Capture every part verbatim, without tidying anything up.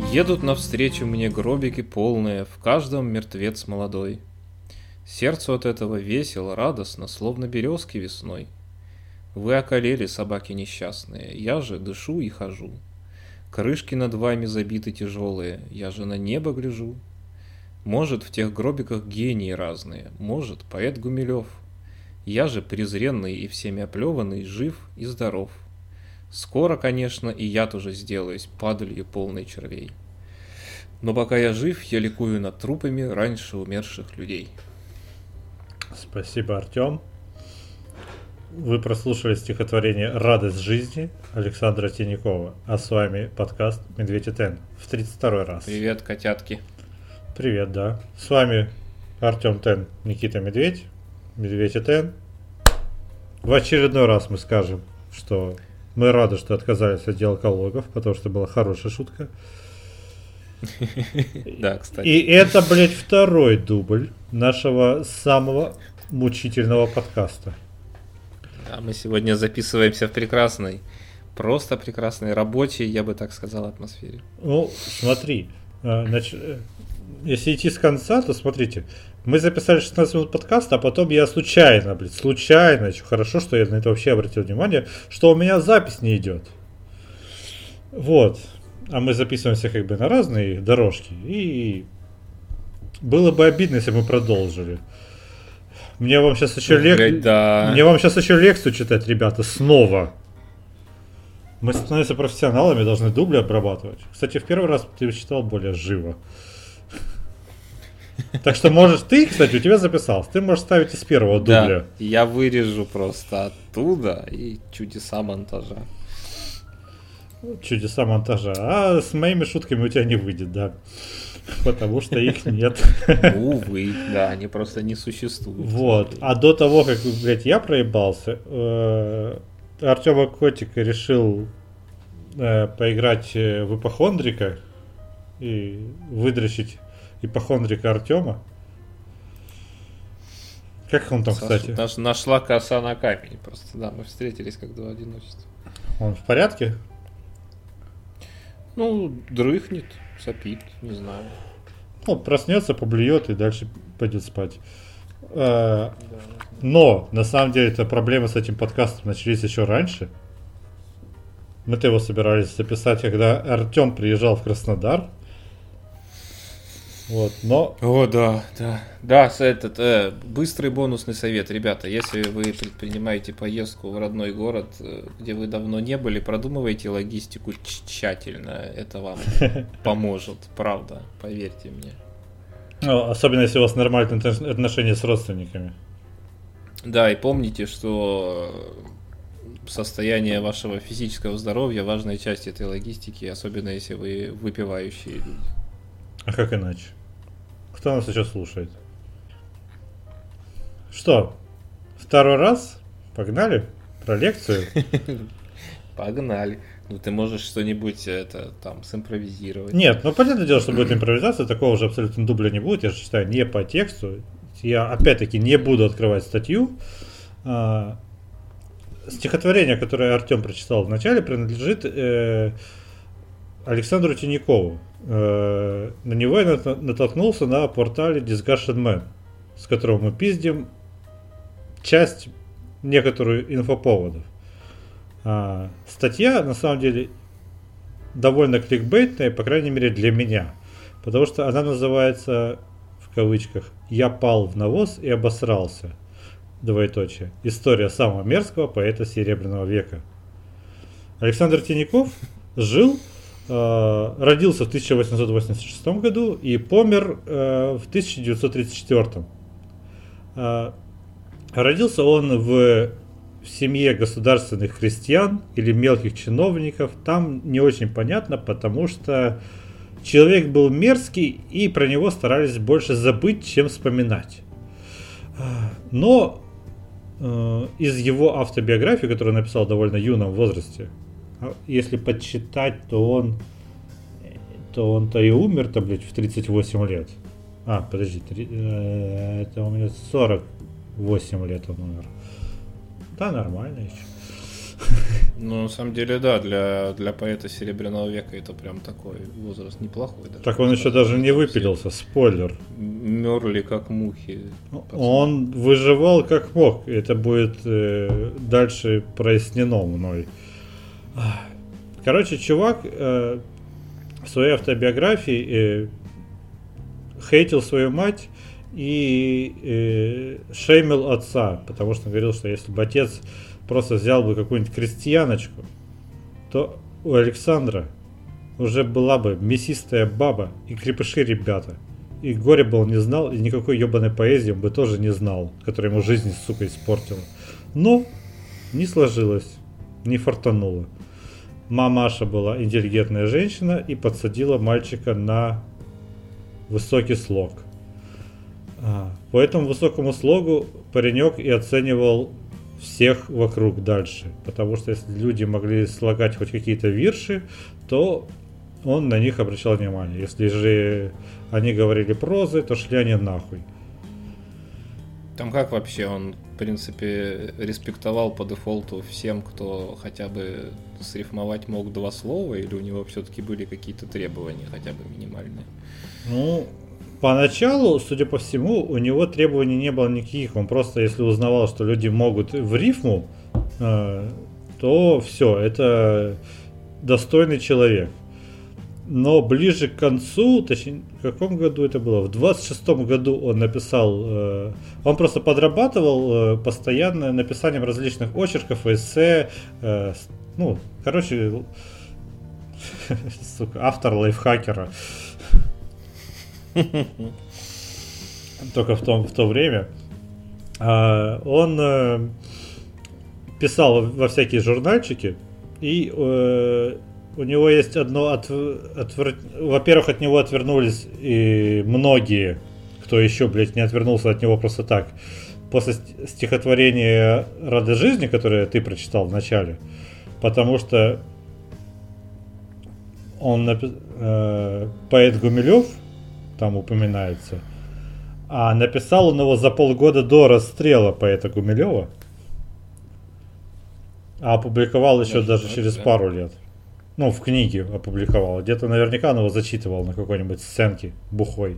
Едут навстречу мне гробики полные, в каждом мертвец молодой. Сердцу от этого весело, радостно, словно березки весной. Вы околели, собаки несчастные, я же дышу и хожу. Крышки над вами забиты тяжелые, я же на небо гляжу. Может, в тех гробиках гении разные, может, поэт Гумилев. Я же презренный и всеми оплеванный, жив и здоров. Скоро, конечно, и я тоже сделаюсь падалью полной червей. Но пока я жив, я ликую над трупами раньше умерших людей. Спасибо, Артем. Вы прослушали стихотворение «Радость жизни» Александра Тинякова. А с вами подкаст «Медведь и Тен» в тридцать второй раз. Привет, котятки. Привет, да. С вами Артем Тен, Никита Медведь, Медведь и Тен. В очередной раз мы скажем, что мы рады, что отказались от диалогов, потому что была хорошая шутка. Да, кстати. И это, блядь, второй дубль нашего самого мучительного подкаста. Да, мы сегодня записываемся в прекрасной, просто прекрасной рабочей, я бы так сказал, атмосфере. Ну, смотри, значит, если идти с конца, то смотрите, мы записали шестнадцать минут подкаста, а потом я случайно, блядь, случайно, еще хорошо, что я на это вообще обратил внимание, что у меня запись не идет. Вот. А мы записываемся как бы на разные дорожки. И было бы обидно, если мы продолжили. Мне вам сейчас еще лек... да. Мне вам сейчас еще лекцию читать, ребята, снова. Мы становимся профессионалами, должны дубли обрабатывать. Кстати, в первый раз ты читал более живо. Так что можешь ты, кстати, у тебя записался. Ты можешь ставить из первого дубля. Да, я вырежу просто оттуда и чудеса монтажа. Чудеса монтажа. А с моими шутками у тебя не выйдет, да. Потому что их нет. Увы, да, они просто не существуют. Вот. А до того, как, блядь, я проебался, Артема Котик решил поиграть в ипохондрика и выдрочить ипохондрика Артема. Как он там, кстати? Наш, нашла коса на камень. Просто, да, мы встретились как два одиночества. Он в порядке? Ну, дрыхнет, сопит, не знаю. Ну, проснется, поблюет и дальше пойдет спать. Да. Но, на самом деле, это проблемы с этим подкастом начались еще раньше. Мы-то его собирались записать, когда Артем приезжал в Краснодар. Вот, но... О, да, да. Да, этот э, быстрый бонусный совет, ребята. Если вы предпринимаете поездку в родной город, где вы давно не были, продумывайте логистику тщательно. Это вам поможет, правда, поверьте мне. Ну, особенно если у вас нормальные отношения с родственниками. Да, и помните, что состояние вашего физического здоровья важная часть этой логистики, особенно если вы выпивающие люди. А как иначе? Кто нас еще слушает? Что? Второй раз? Погнали? Про лекцию? Погнали. Ну ты можешь что-нибудь это там симпровизировать. Нет, ну понятное дело, что будет импровизация, такого же абсолютно дубля не будет. Я же читаю не по тексту. Я опять-таки не буду открывать статью. А, стихотворение, которое Артем прочитал в начале, принадлежит э, Александру Тиньякову. На него я натолкнулся на портале Discussion Man, с которого мы пиздим часть, некоторую инфоповодов. А, статья, на самом деле, довольно кликбейтная, по крайней мере для меня, потому что она называется, в кавычках, «Я пал в навоз и обосрался». Двоеточие. История самого мерзкого поэта Серебряного века. Александр Тиньяков жил... родился в тысяча восемьсот восемьдесят шестом году и помер в тысяча девятьсот тридцать четвёртом. Родился он в семье государственных крестьян или мелких чиновников. Там не очень понятно, потому что человек был мерзкий и про него старались больше забыть, чем вспоминать. Но из его автобиографии, которую он написал в довольно юном возрасте, если подсчитать, то он то он-то и умер-то, блядь, в тридцать восемь лет. А, подожди, три, э, это у меня сорок восемь лет он умер. Да, нормально еще. Ну, на самом деле, да, для, для поэта Серебряного века это прям такой возраст неплохой. Даже. Так он еще даже не выпилился, спойлер. Мерли как мухи. Пацаны. Он выживал как мог. Это будет э, дальше прояснено мной. Короче, чувак э, в своей автобиографии э, хейтил свою мать и э, шеймил отца, потому что он говорил, что если бы отец просто взял бы какую-нибудь крестьяночку, то у Александра уже была бы мясистая баба и крепыши ребята. И горя бы он не знал, и никакой ебаной поэзии он бы тоже не знал, которая ему жизнь, сука, испортила. Но не сложилось, не фартануло. Мамаша была интеллигентная женщина и подсадила мальчика на высокий слог. А, по этому высокому слогу паренек и оценивал всех вокруг дальше. Потому что если люди могли слагать хоть какие-то вирши, то он на них обращал внимание. Если же они говорили прозы, то шли они нахуй. Там как вообще он, в принципе, респектовал по дефолту всем, кто хотя бы срифмовать мог два слова, или у него все-таки были какие-то требования, хотя бы минимальные? Ну, поначалу, судя по всему, у него требований не было никаких. Он просто, если узнавал, что люди могут в рифму, э, то все, это достойный человек. Но ближе к концу, точнее, в каком году это было? В двадцать шестом году он написал, э, он просто подрабатывал э, постоянно написанием различных очерков, эссе, э, ну, короче, сука, автор лайфхакера. Только в, том, в то время. А, он э, писал во всякие журнальчики, и э, у него есть одно от, отвр... во-первых, от него отвернулись и многие, кто еще, блядь, не отвернулся от него просто так. После стихотворения «Рада жизни», которое ты прочитал в начале, потому что он напи... э, поэт Гумилев там упоминается, а написал он его за полгода до расстрела поэта Гумилева, а опубликовал еще даже, даже через да. пару лет. Ну, в книге опубликовал. Где-то наверняка он его зачитывал на какой-нибудь сценке бухой.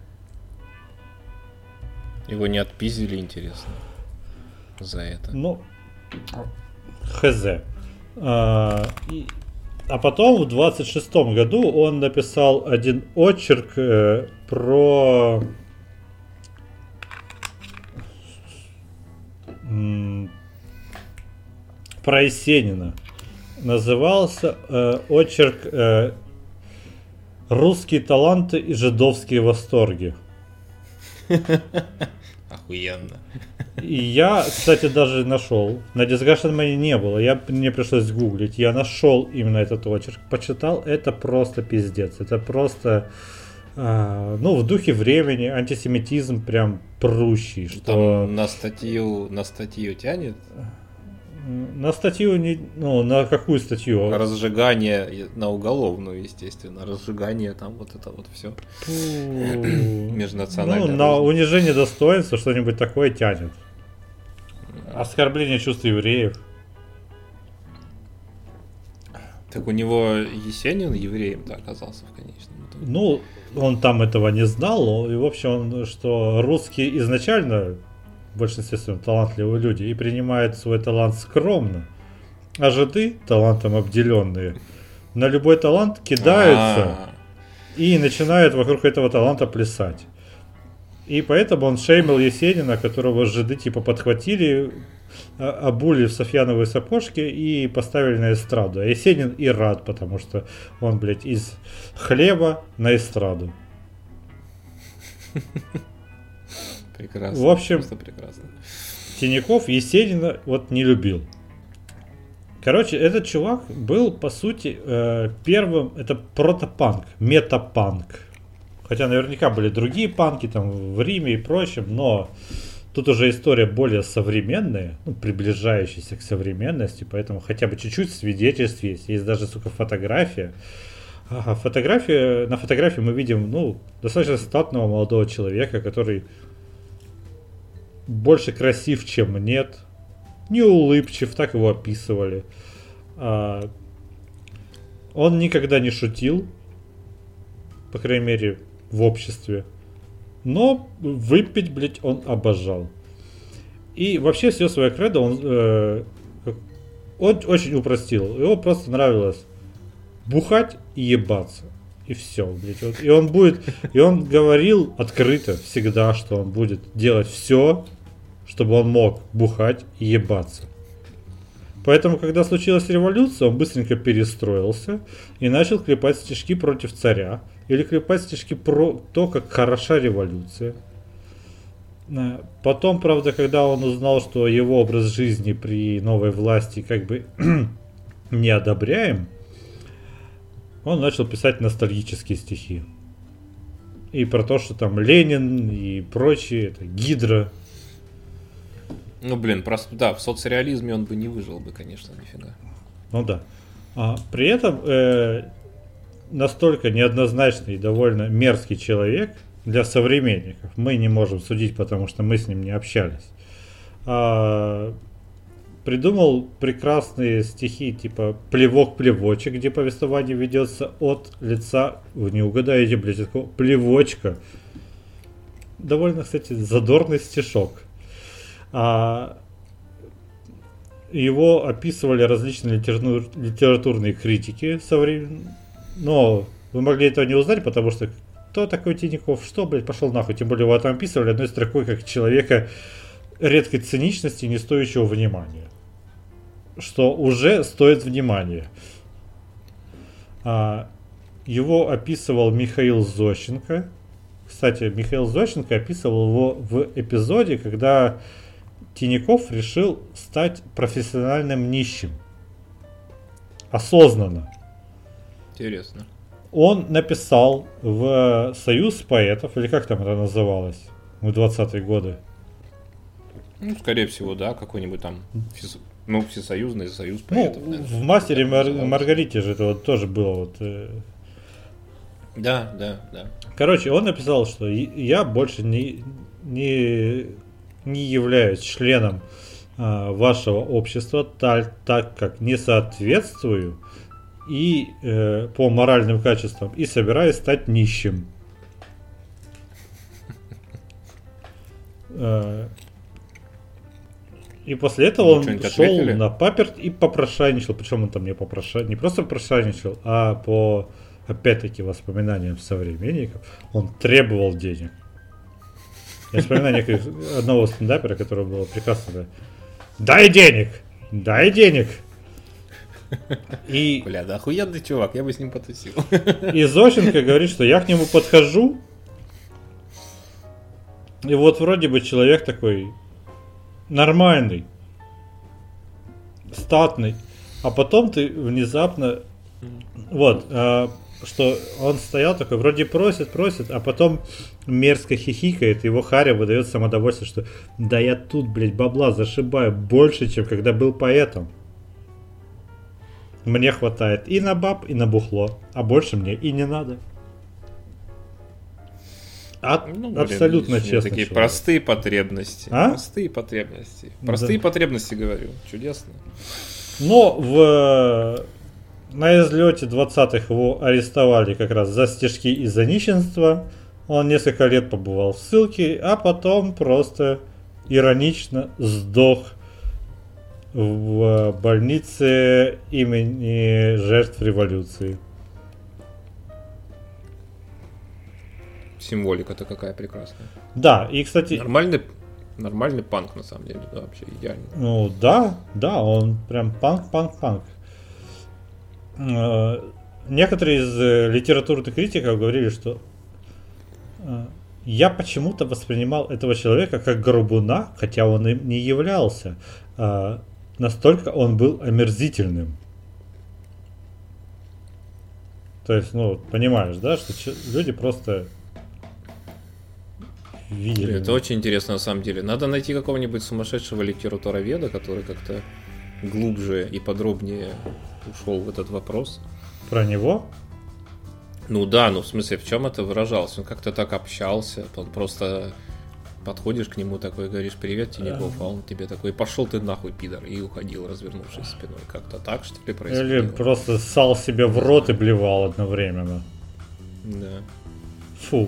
Его не отпиздили, интересно, за это. Ну, хз. А, и, а потом в двадцать шестом году он написал один очерк э, про... М- про Есенина. Назывался э, очерк э, «Русские таланты и жидовские восторги». Охуенно. И я, кстати, даже нашел. На Discussion Money не было. Я, мне пришлось гуглить. Я нашел именно этот очерк. Почитал. Это просто пиздец. Это просто... А, ну, в духе времени. Антисемитизм прям прущий. Что... Там на статью, на статью тянет? На статью, не, ну, на какую статью? Разжигание, на уголовную, естественно. Разжигание, там вот это вот все. Межнациональное. Ну, на унижение достоинства что-нибудь такое тянет. Оскорбление чувств евреев. Так у него Есенин евреем-то оказался в конечном итоге. Ну, он там этого не знал. И, в общем, что русские изначально... в большинстве своем талантливые люди, и принимают свой талант скромно. А жиды, талантом обделенные, на любой талант кидаются А-а-а. и начинают вокруг этого таланта плясать. И поэтому он шеймил Есенина, которого жиды типа подхватили, обули в софьяновые сапожки и поставили на эстраду. А Есенин и рад, потому что он, блядь, из хлеба на эстраду. Прекрасно. В общем, прекрасно. Тиняков Есенина вот не любил. Короче, этот чувак был, по сути, э, первым, это протопанк, метапанк. Хотя наверняка были другие панки там в Риме и прочем, но тут уже история более современная, ну, приближающаяся к современности, поэтому хотя бы чуть-чуть свидетельств есть. Есть даже, сука, фотография. Ага, фотография, на фотографии мы видим, ну, достаточно статного молодого человека, который больше красив, чем нет. неулыбчив, так его описывали. А, он никогда не шутил, по крайней мере, в обществе. Но выпить, блядь, он обожал. И вообще все свое кредо он, э, он очень упростил. Его просто нравилось бухать и ебаться. И все, блядь. Вот. И он будет. И он говорил открыто всегда, что он будет делать все, чтобы он мог бухать и ебаться. Поэтому, когда случилась революция, он быстренько перестроился и начал клепать стишки против царя. Или клепать стишки про то, как хороша революция. Потом, правда, когда он узнал, что его образ жизни при новой власти как бы не одобряем, он начал писать ностальгические стихи. И про то, что там Ленин и прочие, это Гидра. Ну, блин, просто, да, в соцреализме он бы не выжил бы, конечно, нифига. Ну да. А при этом э, настолько неоднозначный и довольно мерзкий человек для современников. Мы не можем судить, потому что мы с ним не общались. А, придумал прекрасные стихи типа «Плевок-плевочек», где повествование ведется от лица, вы не угадаете, блядь, такого плевочка. Довольно, кстати, задорный стишок. А, его описывали различные литератур, литературные критики современные. Но вы могли этого не узнать, потому что кто такой Тиняков? Что, блядь, пошел нахуй? Тем более его там описывали одной строкой как человека редкой циничности и не стоящего внимания. Что уже стоит внимания. А, его описывал Михаил Зощенко. Кстати, Михаил Зощенко описывал его в эпизоде, когда Тиняков решил стать профессиональным нищим. Осознанно. Интересно. Он написал в Союз поэтов, или как там это называлось, в двадцатые годы. Ну, скорее всего, да, какой-нибудь там, физ... ну, всесоюзный союз поэтов. Ну, в «Мастере Мар... Маргарите» же это вот тоже было вот... Э... Да, да, да. Короче, он написал, что я больше не, не, не являюсь членом а, вашего общества, так, так как не соответствую и э, по моральным качествам и собираюсь стать нищим. И после этого ну, он шел ответили? на паперт и попрошайничал. Причем он там не попрошайничал, не просто попрошайничал, а по, опять-таки, воспоминаниям современников, он требовал денег. Я вспоминаю одного стендапера, который было прекрасно. Дай денег! Дай денег! И... Бля, да охуенный чувак, я бы с ним потусил. И Зощенко говорит, что я к нему подхожу, и вот вроде бы человек такой нормальный, статный, а потом ты внезапно, вот, а, что он стоял такой, вроде просит, просит, а потом мерзко хихикает, его Харя выдает самодовольствие, что да я тут, блядь, бабла зашибаю больше, чем когда был поэтом. Мне хватает и на баб, и на бухло, а больше мне и не надо. От, ну, блин, абсолютно честно. Такие человек. Простые потребности. А? Простые потребности. Простые да. потребности, говорю. Чудесно. Но в, на излете двадцатых его арестовали как раз за стишки и за нищенство. Он несколько лет побывал в ссылке, а потом просто иронично сдох в больнице имени жертв революции. Символика-то какая прекрасная. Да, и, кстати... Нормальный, нормальный панк, на самом деле, да, вообще идеально. Ну, да, да, он прям панк-панк-панк. Некоторые из литературных критиков говорили, что я почему-то воспринимал этого человека как горбуна, хотя он им не являлся. Настолько он был омерзительным. То есть, ну, понимаешь, да, что люди просто... видели. Это очень интересно на самом деле. Надо найти какого-нибудь сумасшедшего литературоведа, который как-то глубже и подробнее ушел в этот вопрос. Про него? Ну да, ну в смысле, в чем это выражалось? Он как-то так общался, он просто подходишь к нему такой, говоришь: привет, Тиняков, а он тебе такой: пошел ты нахуй, пидор, и уходил, развернувшись спиной. Как-то так, что ли, происходило? Или просто ссал себе в рот и блевал одновременно. Да. Фу.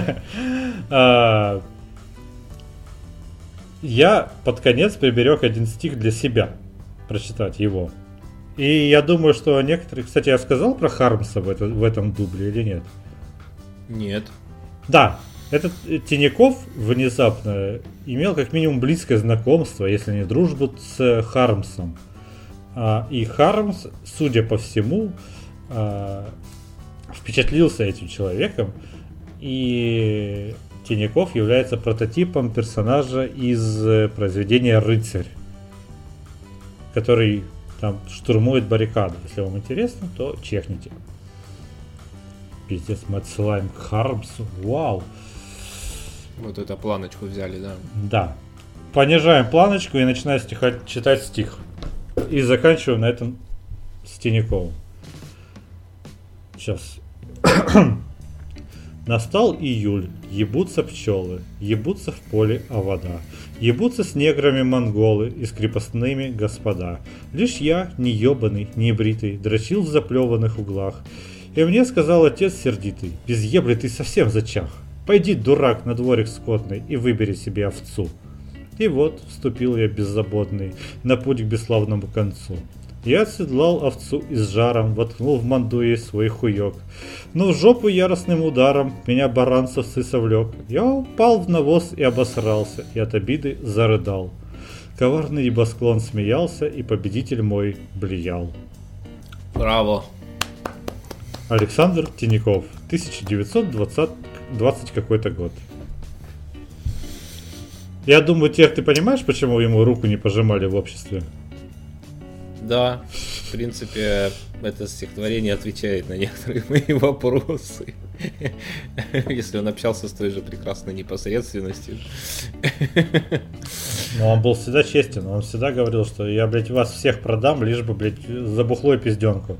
Я под конец приберег один стих для себя, прочитать его. И я думаю, что некоторые... Кстати, я сказал про Хармса в, это, в этом дубле или нет? Нет. Да, этот Тиняков внезапно имел как минимум близкое знакомство, если не дружбу, с Хармсом. И Хармс, судя по всему, впечатлился этим человеком. И Тиняков является прототипом персонажа из произведения «Рыцарь», который там штурмует баррикады. Если вам интересно, то чекните. Пиздец, мы отсылаем к Хармсу. Вау. Вот это планочку взяли, да? Да. Понижаем планочку и начинаем стиха- читать стих. И заканчиваем на этом с Тиняковым. Сейчас. Настал июль, ебутся пчелы, ебутся в поле овода, ебутся с неграми монголы и с крепостными господа. Лишь я, не ебаный, не бритый, дрочил в заплеванных углах. И мне сказал отец сердитый: без ебли ты совсем зачах. Пойди, дурак, на дворик скотный и выбери себе овцу. И вот вступил я беззаботный на путь к бесславному концу. Я отседлал овцу и с жаром воткнул в манду ей свой хуёк. Но в жопу яростным ударом меня баран с овцы совлек. Я упал в навоз и обосрался, и от обиды зарыдал. Коварный небосклон смеялся, и победитель мой блиял. Браво. Александр Тиняков, тысяча девятьсот двадцатый какой-то год. Я думаю, теперь ты понимаешь, почему ему руку не пожимали в обществе? Да, в принципе, это стихотворение отвечает на некоторые мои вопросы. Если он общался с той же прекрасной непосредственностью. Но он был всегда честен. Он всегда говорил, что я, блядь, вас всех продам, лишь бы, блядь, за бухло и пизденку.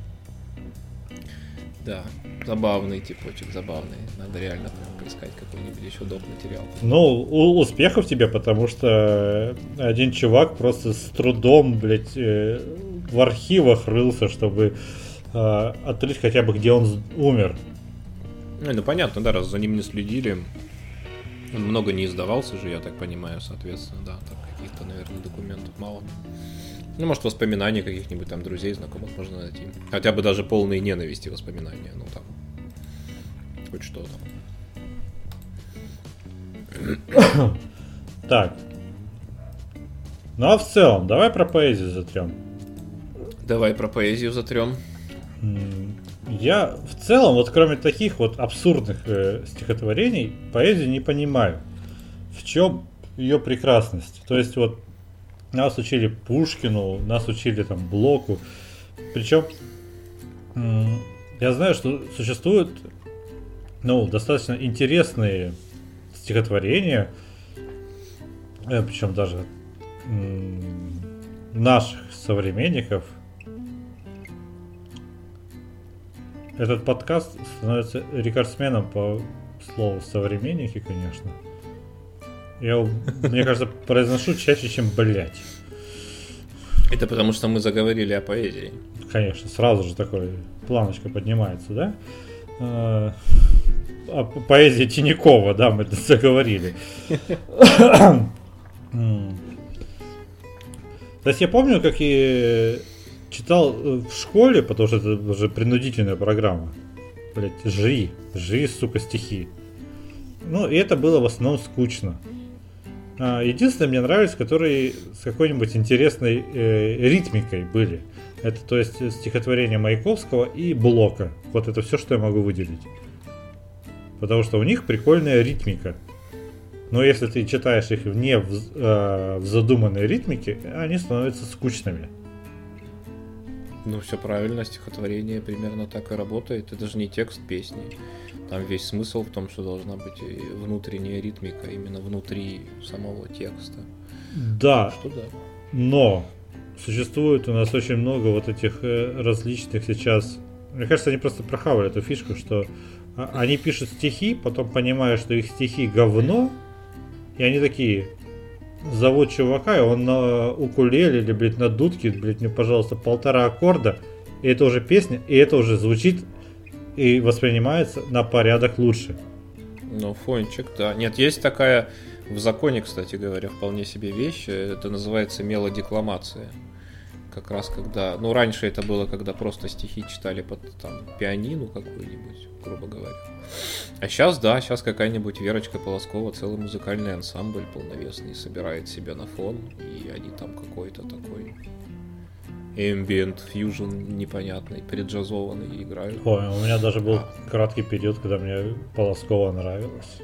Да, забавный типочек, забавный. Надо реально поискать какой-нибудь еще доп. Материал. Ну, у- успехов тебе, потому что один чувак просто с трудом, блядь, э, в архивах рылся, чтобы э, открыть хотя бы, где он умер. Ну, ну понятно, да, раз за ним не следили. Он много не издавался же, я так понимаю, соответственно, да, там каких-то, наверное, документов мало. Ну, может, воспоминания каких-нибудь там друзей, знакомых можно найти. Хотя бы даже полные ненависти воспоминания, ну там, хоть что-то. Так. Ну а в целом, давай про поэзию затрем. Давай про поэзию затрем. М, Я в целом, вот кроме таких вот абсурдных э, стихотворений, поэзию не понимаю. В чем ее прекрасность? То есть вот нас учили Пушкину, нас учили там Блоку. Причем м, я знаю, что существуют, ну, достаточно интересные стихотворения, э, причем даже м, наших современников. Этот подкаст становится рекордсменом по слову современники, конечно. Я, мне кажется, произношу чаще, чем блять. Это потому, что мы заговорили о поэзии. Конечно, сразу же такой планочка поднимается, да? А, о поэзии Тинякова, да, мы заговорили. М. То есть я помню, как и читал в школе, потому что это уже принудительная программа. Блять, жри, жри, сука, стихи. Ну, и это было в основном скучно. А, единственное, мне нравились, которые с какой-нибудь интересной э, ритмикой были. Это, то есть, стихотворение Маяковского и Блока. Вот это все, что я могу выделить. Потому что у них прикольная ритмика. Но если ты читаешь их вне в, э, в задуманной ритмике, они становятся скучными. Ну, все правильно, стихотворение примерно так и работает. Это же не текст песни. Там весь смысл в том, что должна быть и внутренняя ритмика именно внутри самого текста. Да, Что да. но существует у нас очень много вот этих э, различных сейчас. Мне кажется, они просто прохавали эту фишку, что а, они пишут стихи, потом понимают, что их стихи говно, И они такие, зовут чувака, и он на укулеле или, блядь, на дудке, блядь, мне, пожалуйста, полтора аккорда, и это уже песня, и это уже звучит и воспринимается на порядок лучше. Ну, фончик, да. Нет, есть такая в законе, кстати говоря, вполне себе вещь, это называется мелодекламация. Как раз когда, ну, раньше это было, когда просто стихи читали под там пианино какую-нибудь, грубо говоря. А сейчас, да, сейчас какая-нибудь Верочка Полоскова целый музыкальный ансамбль полновесный собирает себя на фон, и они там какой-то такой ambient fusion непонятный, преджазованный играют. Ой, у меня даже был краткий период, когда мне Полоскова нравилась.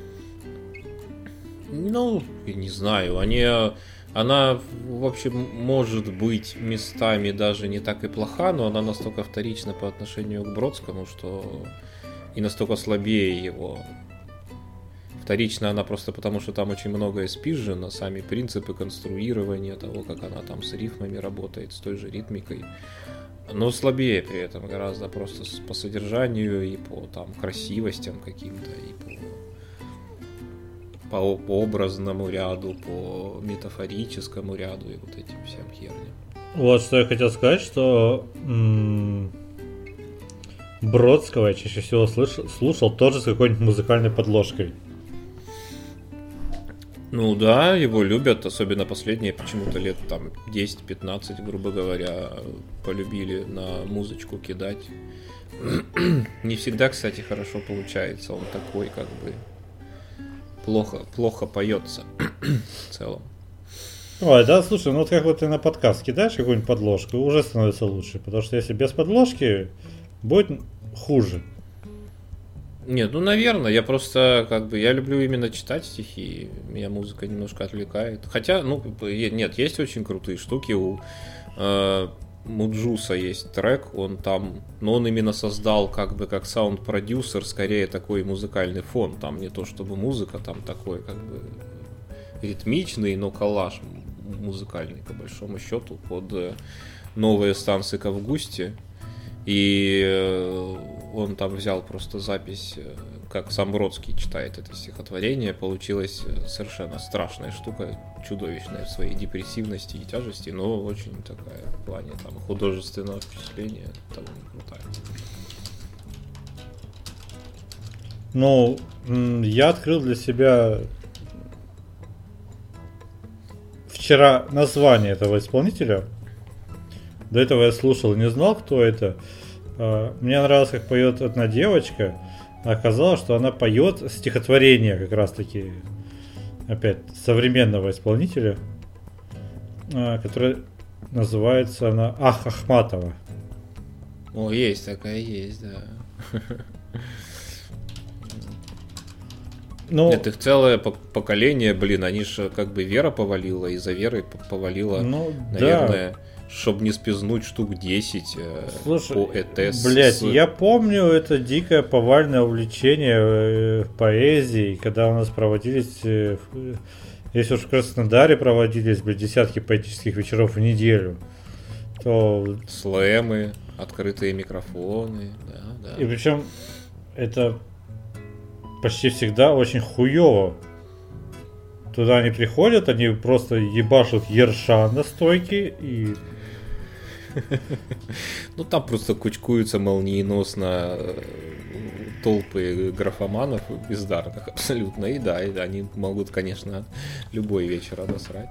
Ну, я не знаю, они... Она, в общем, может быть местами даже не так и плоха, но она настолько вторична по отношению к Бродскому, что и настолько слабее его. Вторична она просто потому, что там очень многое спизжено, сами принципы конструирования того, как она там с рифмами работает, с той же ритмикой. Но слабее при этом гораздо просто по содержанию и по там красивостям каким-то, и по... по образному ряду, по метафорическому ряду и вот этим всем херням. Вот что я хотел сказать, что м- Бродского я чаще всего слыш- слушал тоже с какой-нибудь музыкальной подложкой. Ну да, его любят, особенно последние почему-то лет там десять-пятнадцать, грубо говоря, полюбили на музычку кидать. Не всегда, кстати, хорошо получается, он такой как бы Плохо, плохо поется в целом. Ой, да, слушай, ну вот как вот ты на подкаст кидаешь какую-нибудь подложку, уже становится лучше, потому что если без подложки, будет хуже. Нет, ну, наверное, я просто, как бы, я люблю именно читать стихи, меня музыка немножко отвлекает. Хотя, ну, нет, есть очень крутые штуки, у э, Муджуса есть трек, он там, но он именно создал как бы как саунд-продюсер, скорее такой музыкальный фон, там не то чтобы музыка, там такой как бы ритмичный, но коллаж музыкальный по большому счету под новые станции к Августе, и он там взял просто запись, как сам Бродский читает это стихотворение, получилась совершенно страшная штука, чудовищная в своей депрессивности и тяжести, но очень такая в плане там художественного впечатления довольно крутая. Ну, я открыл для себя вчера название этого исполнителя. До этого я слушал и не знал, кто это. Мне нравилось, как поет одна девочка. А оказалось, что она поет стихотворение как раз таки опять современного исполнителя, которое называется она Ах Ахматова. О, есть такая, есть, да. Ну, нет, их целое поколение, блин, они же как бы Вера повалила, и за Верой повалила, ну, наверное, да. Чтобы не спизнуть штук десять. Слушай, по ЭТС. блять, я помню это дикое повальное увлечение поэзией, когда у нас проводились, если уж в Краснодаре проводились, блядь, десятки поэтических вечеров в неделю, то... Слэмы, открытые микрофоны, да, да. И причем это почти всегда очень хуёво. Туда они приходят, они просто ебашут ершан на стойке и... Ну там просто кучкуются молниеносно толпы графоманов бездарных абсолютно. И да, и они могут, конечно, любой вечер обосрать.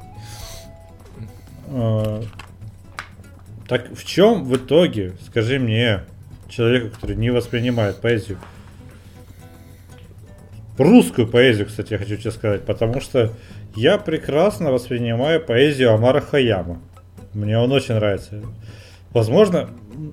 А, так в чем в итоге, скажи мне, человеку, который не воспринимает поэзию, русскую поэзию, кстати, я хочу тебе сказать, потому что я прекрасно воспринимаю поэзию Омара Хайяма. Мне он очень нравится. Возможно,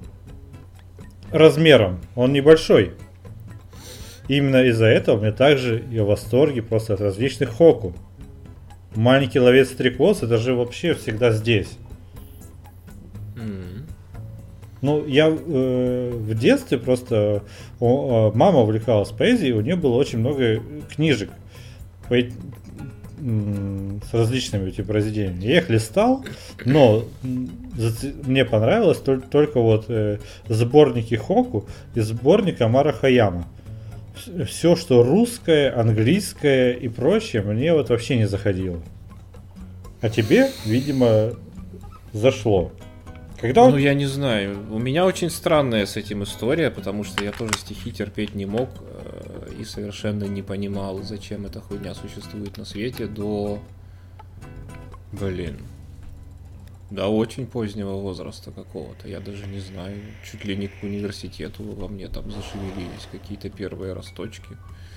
размером он небольшой. Именно из-за этого мне также я в восторге просто от различных хоку. Маленький ловец стрекоз, это же вообще всегда здесь. Mm-hmm. Ну, я э, в детстве просто... О, мама увлекалась поэзией, у нее было очень много книжек по, м, с различными этими произведениями. Я их листал, но зац... мне понравилось только, только вот э, сборники хоку и сборник Омара Хайяма. все, что русское, английское и прочее, мне вот вообще не заходило. А тебе, видимо, зашло. Когда Ну, он... я не знаю. У меня очень странная с этим история, потому что я тоже стихи терпеть не мог и совершенно не понимал, зачем эта хуйня существует на свете до... Блин. До очень позднего возраста какого-то. Я даже не знаю. Чуть ли не к университету во мне там зашевелились какие-то первые росточки.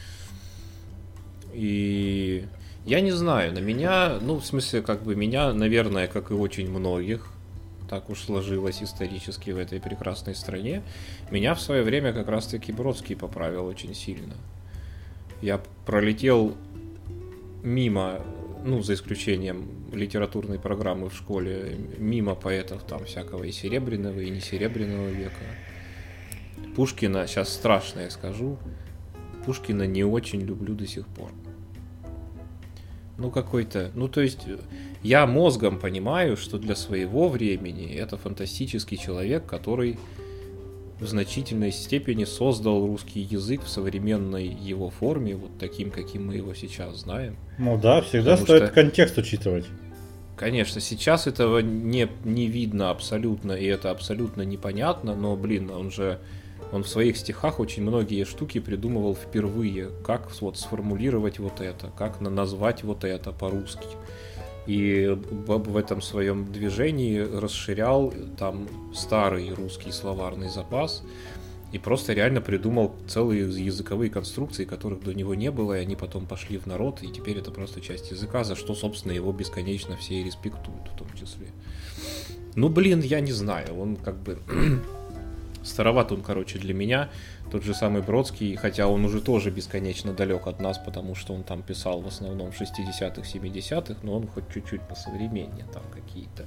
И... Я не знаю, на меня, ну, в смысле, как бы меня, наверное, как и очень многих, так уж сложилось исторически в этой прекрасной стране, меня в свое время как раз-таки Бродский поправил очень сильно. Я пролетел мимо, ну, за исключением литературной программы в школе, мимо поэтов там всякого и Серебряного, и не Серебряного века. Пушкина, сейчас страшно я скажу, Пушкина не очень люблю до сих пор. Ну, какой-то... Ну, то есть, я мозгом понимаю, что для своего времени это фантастический человек, который в значительной степени создал русский язык в современной его форме, вот таким, каким мы его сейчас знаем. Ну да, всегда Потому стоит что... контекст учитывать. Конечно, сейчас этого не, не видно абсолютно, и это абсолютно непонятно, но, блин, он же... Он в своих стихах очень многие штуки придумывал впервые, как вот сформулировать вот это, как назвать вот это по-русски. И в этом своем движении расширял там старый русский словарный запас и просто реально придумал целые языковые конструкции, которых до него не было, и они потом пошли в народ, и теперь это просто часть языка, за что, собственно, его бесконечно все и респектуют в том числе. Ну, блин, я не знаю, он как бы... Староват он, короче, для меня. Тот же самый Бродский, хотя он уже тоже бесконечно далек от нас, потому что он там писал в основном в шестидесятых, семидесятых, но он хоть чуть-чуть посовременнее там какие-то.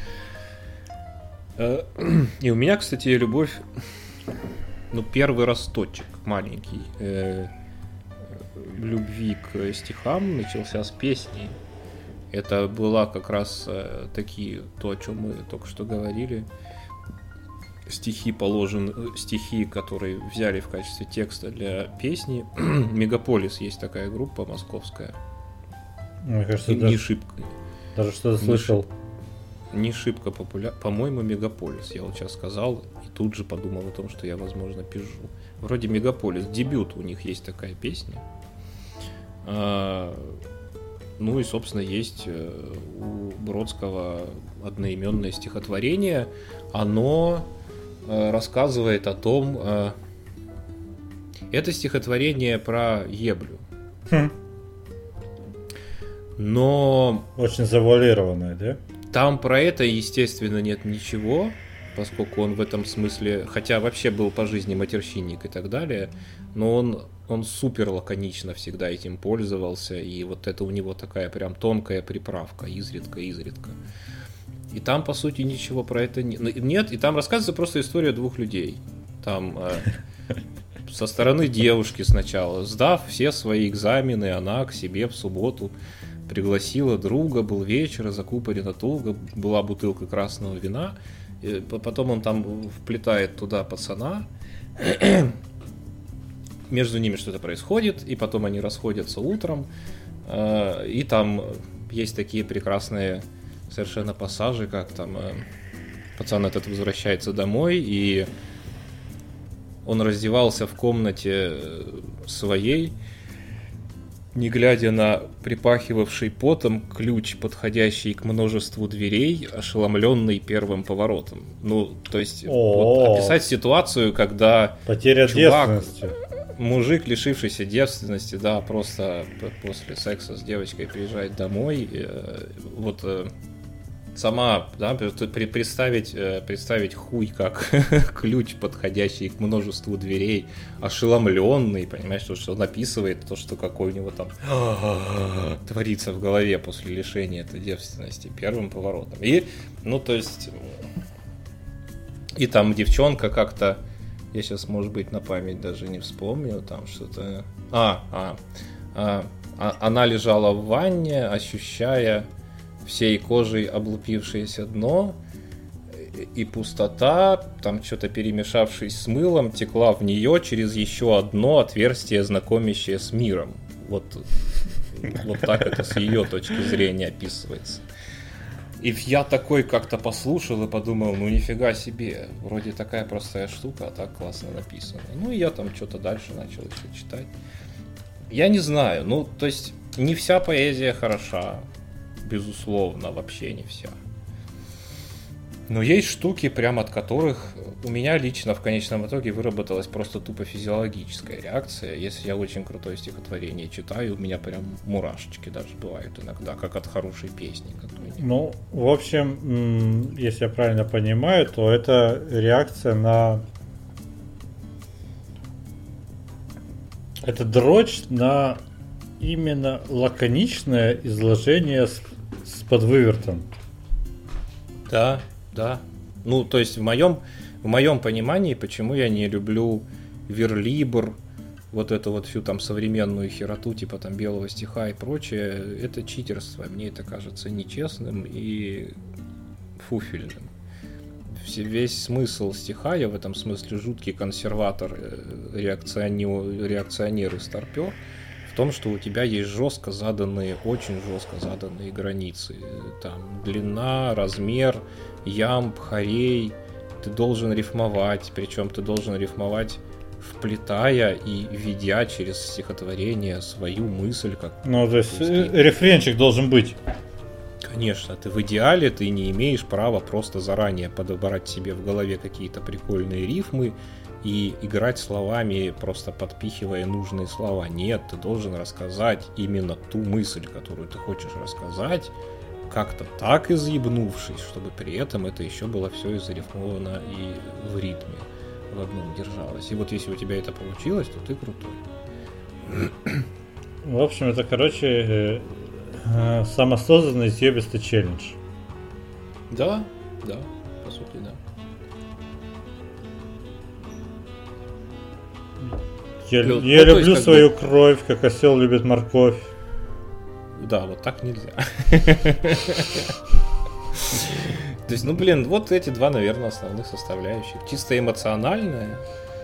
И у меня, кстати, любовь, ну, первый росточек маленький э, любви к стихам начался с песни. Это была как раз э, такие, то, о чем мы только что говорили. Стихи положены, стихи, которые взяли в качестве текста для песни. Мегаполис есть такая группа московская. Мне кажется, не даже, шибко. Даже что-то слышал. Не шибко популярный. По-моему, Мегаполис. Я вот сейчас сказал и тут же подумал о том, что я, возможно, пишу. Вроде Мегаполис. Дебют у них есть такая песня. А, ну и, собственно, есть у Бродского одноименное стихотворение. Оно рассказывает о том... Это стихотворение про еблю. Хм. Но... Очень завуалированное, да? Там про это, естественно, нет ничего, поскольку он в этом смысле... Хотя вообще был по жизни матерщинник и так далее, но он, он супер лаконично всегда этим пользовался, и вот это у него такая прям тонкая приправка, изредка-изредка. И там, по сути, ничего про это не... нет. И там рассказывается просто история двух людей. Там э, со стороны девушки сначала, сдав все свои экзамены, она к себе в субботу пригласила друга, был вечер, закупорена туго, была бутылка красного вина. И потом он там вплетает туда пацана. Между ними что-то происходит, и потом они расходятся утром. Э, и там есть такие прекрасные... совершенно пассажи, как там э, пацан этот возвращается домой, и он раздевался в комнате своей, не глядя на припахивавший потом ключ, подходящий к множеству дверей, ошеломленный первым поворотом. Ну, то есть, вот, описать ситуацию, когда потеря чувак, девственности. Мужик, лишившийся девственности, да, просто после секса с девочкой приезжает домой, э, вот... Э, Сама, да, представить, представить хуй как ключ, подходящий к множеству дверей, ошеломленный, понимаешь, что, что он описывает то, что какой у него там творится в голове после лишения этой девственности первым поворотом. И, ну, то есть, и там девчонка как-то, я сейчас, может быть, на память даже не вспомню, там что-то... А, а, а, а она лежала в ванне, ощущая... всей кожей облупившееся дно, и пустота, там что-то перемешавшись с мылом, текла в нее через еще одно отверстие, знакомящее с миром. Вот, вот так это с ее точки зрения описывается. И я такой как-то послушал и подумал, ну нифига себе, вроде такая простая штука, а так классно написано. Ну и я там что-то дальше начал еще читать. Я не знаю, ну то есть не вся поэзия хороша, безусловно, вообще не вся. Но есть штуки, прям от которых у меня лично в конечном итоге выработалась просто тупо физиологическая реакция. Если я очень крутое стихотворение читаю, у меня прям мурашечки даже бывают иногда, как от хорошей песни какой-нибудь. Ну, в общем, если я правильно понимаю, то это реакция на... Это дрочь на именно лаконичное изложение с, с подвывертом. Да. Да. Ну, то есть в моем, в моем понимании, почему я не люблю верлибр, вот эту вот всю там современную хероту, типа там белого стиха и прочее, это читерство. Мне это кажется нечестным и фуфельным. Весь смысл стиха, я в этом смысле жуткий консерватор, реакционер, реакционер и старпер, в том, что у тебя есть жестко заданные, очень жестко заданные границы. Там длина, размер, ямб, хорей. Ты должен рифмовать, причем ты должен рифмовать, вплетая и ведя через стихотворение свою мысль. Как ну, то есть рефренчик должен быть. Конечно, ты в идеале ты не имеешь права просто заранее подобрать себе в голове какие-то прикольные рифмы и играть словами, просто подпихивая нужные слова. Нет, ты должен рассказать именно ту мысль, которую ты хочешь рассказать, как-то так изъебнувшись, чтобы при этом это еще было все изрифмовано и в ритме в одном держалось. И вот если у тебя это получилось, то ты крутой. В общем, это, короче, самосозданный съебистый челлендж. Да, да, по сути, да. Я, ну, я ну, люблю есть, свою бы... кровь, как осел любит морковь. Да, вот так нельзя. То есть, ну, блин, вот эти два, наверное, основных составляющих. Чисто эмоциональная,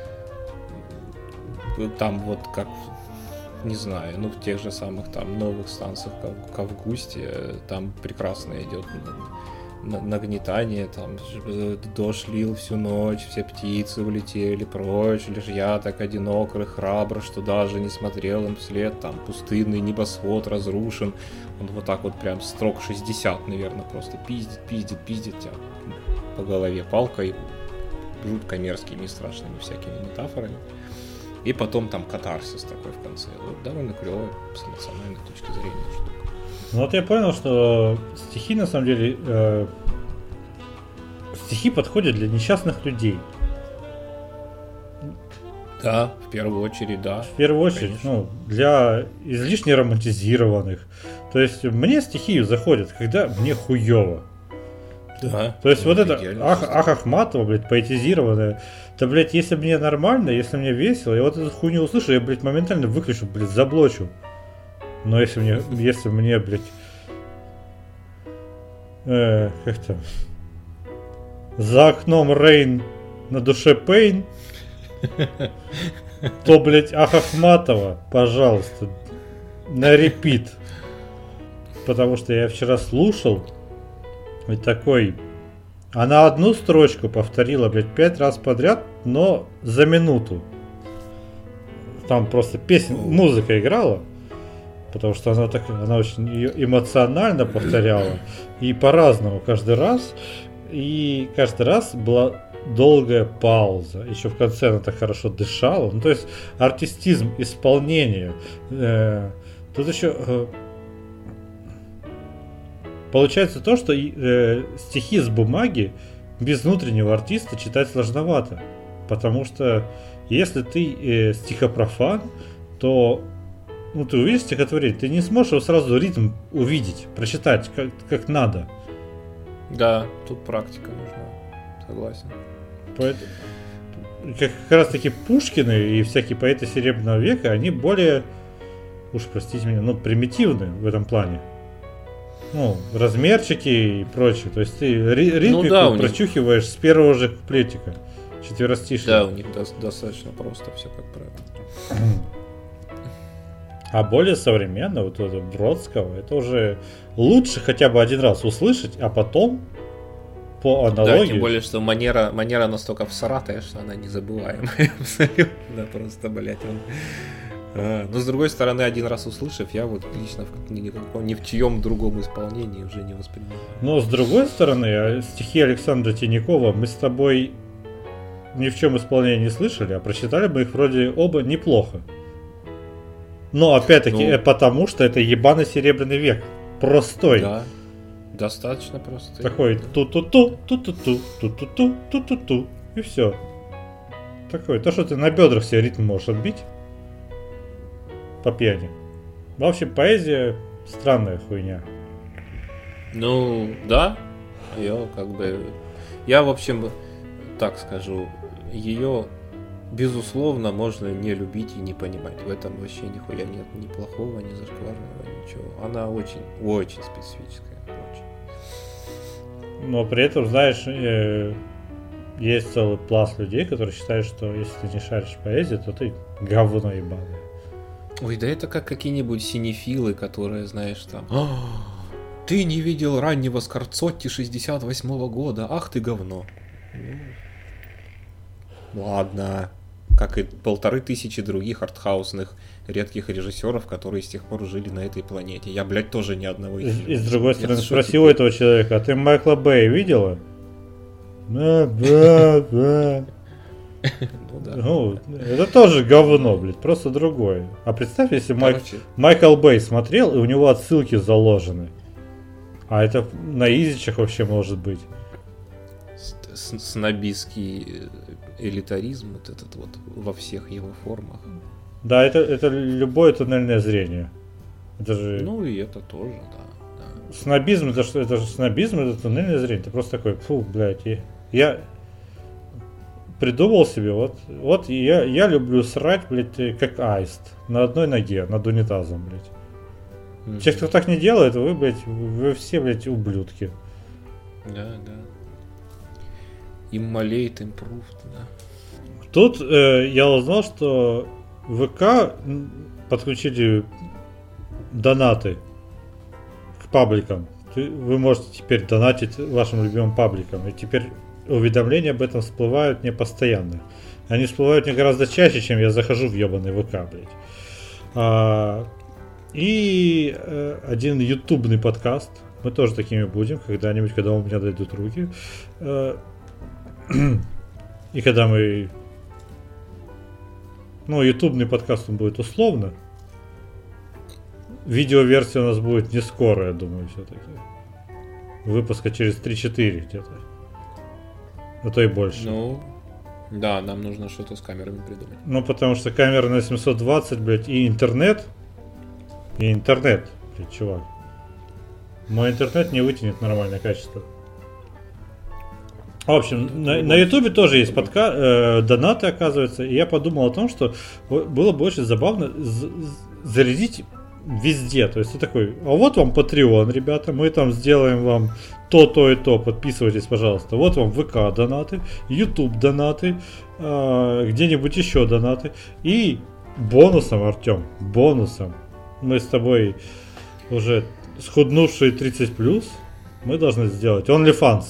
там вот как, не знаю, ну, в тех же самых там новых станциях, как в Августе, там прекрасно идет нагнетание, там дождь лил всю ночь, все птицы улетели прочь, лишь я так одинок и храбр, что даже не смотрел им вслед, там пустынный небосвод разрушен. Он вот так вот прям строк шестьдесят, наверное, просто пиздит, пиздит, пиздит тебя по голове палкой, жутко мерзкими и страшными всякими метафорами. И потом там катарсис такой в конце. Вот довольно клевая с эмоциональной точки зрения штука. Ну вот я понял, что стихи на самом деле э, стихи подходят для несчастных людей. Да, в первую очередь, да. В первую очередь, конечно. Ну, для излишне романтизированных. То есть мне стихи заходят, когда мне хуёво. Да. То есть вот это ах, ах Ахматова, блядь, поэтизированное. Да, блядь, если мне нормально, если мне весело, я вот эту хуйню услышу, я, блядь, моментально выключу, блядь, заблочу. Но если мне, если мне, блядь, э, как там, за окном Рейн, на душе Пейн, то, блядь, ах Ахматова, пожалуйста, на репит. Потому что я вчера слушал, и такой, она одну строчку повторила, блядь, пять раз подряд, но за минуту. Там просто песня, музыка играла. Потому что она так, она очень эмоционально повторяла. И по-разному каждый раз. И каждый раз была долгая пауза. Еще в конце она так хорошо дышала. Ну, то есть артистизм исполнения. Э, тут еще э, получается то, что э, стихи с бумаги без внутреннего артиста читать сложновато. Потому что если ты э, стихопрофан, то ну, ты увидишь стихотворение, ты не сможешь его сразу ритм увидеть, прочитать как, как надо. Да, тут практика нужна, согласен. Поэтому, как, как раз таки Пушкины и всякие поэты Серебряного века, они более, уж простите меня, но примитивны в этом плане. ну, размерчики и прочее. То есть ты ритмику ну, да, прочухиваешь них... с первого же куплетика. Четверостишие. Да, у них до- достаточно просто все, как правило. А более современно, вот это Бродского, это уже лучше хотя бы один раз услышать, а потом по аналогии... Да, тем более, что манера, манера настолько всратая, что она незабываемая абсолютно. Да, просто, блять, он... А, но с другой стороны, один раз услышав, я вот лично в, ни, ни в чьем другом исполнении уже не воспринимаю. Но с другой стороны, стихи Александра Тинякова мы с тобой ни в чем исполнении не слышали, а прочитали бы их вроде оба неплохо. Но опять-таки ну, потому, что это ебаный серебряный век. Простой. Да, достаточно простой. Такой ту-ту-ту, ту-ту-ту, ту-ту-ту, ту-ту-ту. И все. Такой, то, что ты на бедрах себе ритм можешь отбить. По пьяни. В общем, поэзия странная хуйня. Ну, да. Я как бы... Я, в общем, так скажу, ее, безусловно, можно не любить и не понимать. В этом вообще нихуя нет ни плохого, ни зашкварного, ничего. Она очень, очень специфическая. Очень. Но при этом, знаешь, э, есть целый пласт людей, которые считают, что если ты не шаришь поэзию, то ты говно ебаное. Ой, да это как какие-нибудь синефилы, которые, знаешь, там... Ты не видел раннего Скорцотти шестьдесят восьмого года, ах ты говно. Ну, ладно. Как и полторы тысячи других артхаусных редких режиссеров, которые с тех пор жили на этой планете. Я, блядь, тоже ни одного из них. И с другой стороны, спросил у этого человека, а ты Майкла Бэя видела? Да, да, да. Ну, да. Ну, это тоже говно, блядь, просто другое. А представь, если Майк... Майкл Бэй смотрел, и у него отсылки заложены. А это на изичах вообще может быть. Снобистский элитаризм, вот этот вот во всех его формах. Да, это, это любое туннельное зрение. Это же... Ну и это тоже, да. да. Снобизм, это что? Это же снобизм, это туннельное зрение. Ты просто такой, фу, блядь, я... я... придумал себе, вот, вот я, я люблю срать, блядь, как аист, на одной ноге, над унитазом, блядь. Mm-hmm. Те, кто так не делает, вы, блядь, вы все, блядь, ублюдки. Да, да. Immolate improved, да. Тут э, я узнал, что ВК подключили донаты к пабликам. Вы можете теперь донатить вашим любимым пабликам, и теперь уведомления об этом всплывают не постоянно. Они всплывают мне гораздо чаще, чем я захожу в ебаный ВК, блядь. А, и э, один ютубный подкаст. Мы тоже такими будем когда-нибудь, когда у меня дойдут руки. Э, и когда мы... Ну, ютубный подкаст он будет условно. Видеоверсия у нас будет не скоро, я думаю, все-таки. Выпуска через три-четыре где-то. А то и больше. Ну, да, нам нужно что-то с камерами придумать. Ну, потому что камера на семьсот двадцать, блядь, и интернет. И интернет, блядь, чувак. Мой интернет не вытянет нормальное качество. В общем, на, на ютубе тоже есть подка... э, донаты, оказывается. И я подумал о том, что было бы очень забавно з- зарядить везде. То есть ты такой, а вот вам Patreon, ребята, мы там сделаем вам то, то и то, подписывайтесь, пожалуйста. Вот вам ВК донаты, YouTube донаты, э, где-нибудь еще донаты. И бонусом, Артем, бонусом, мы с тобой уже схуднувшие тридцать плюс, мы должны сделать OnlyFans.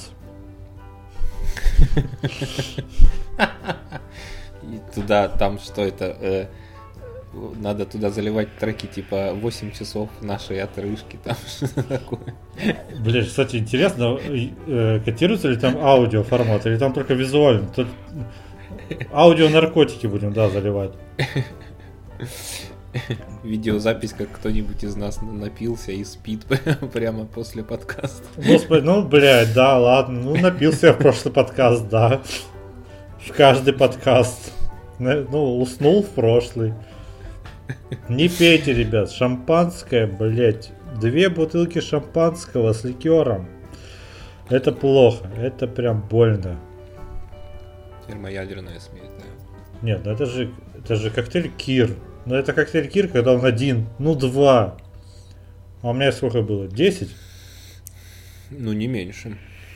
И туда, там что это... Э... Надо туда заливать треки типа восемь часов нашей отрыжки, там что-то такое. Блин, кстати, интересно, э, котируется ли там аудио формат, или там только визуально? Тут аудио наркотики будем, да, заливать. Видеозапись, как кто-нибудь из нас напился и спит прямо после подкаста. Господи, ну, блядь, да, ладно, ну, напился я в прошлый подкаст, да. В каждый подкаст. Ну, уснул в прошлый. Не пейте, ребят, шампанское, блять, две бутылки шампанского с ликером. Это плохо, это прям больно. Термоядерная смерть, да. Нет, ну это же, это же коктейль Кир. Ну это коктейль Кир, когда он один, ну два. А у меня сколько было? Десять? Ну, не меньше.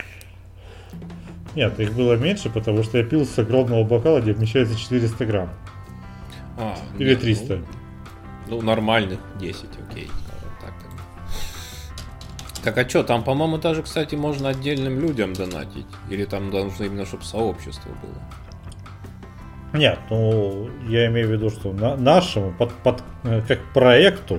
Нет, их было меньше, потому что я пил с огромного бокала, где вмещается четыреста грамм. А, Или нет, триста. Ну, ну, нормальных десять, окей, скажем так. Так, а что, там, по-моему, даже, кстати, можно отдельным людям донатить? Или там должно именно, чтобы сообщество было? Нет, ну, я имею в виду, что на, нашему, под, под, как проекту.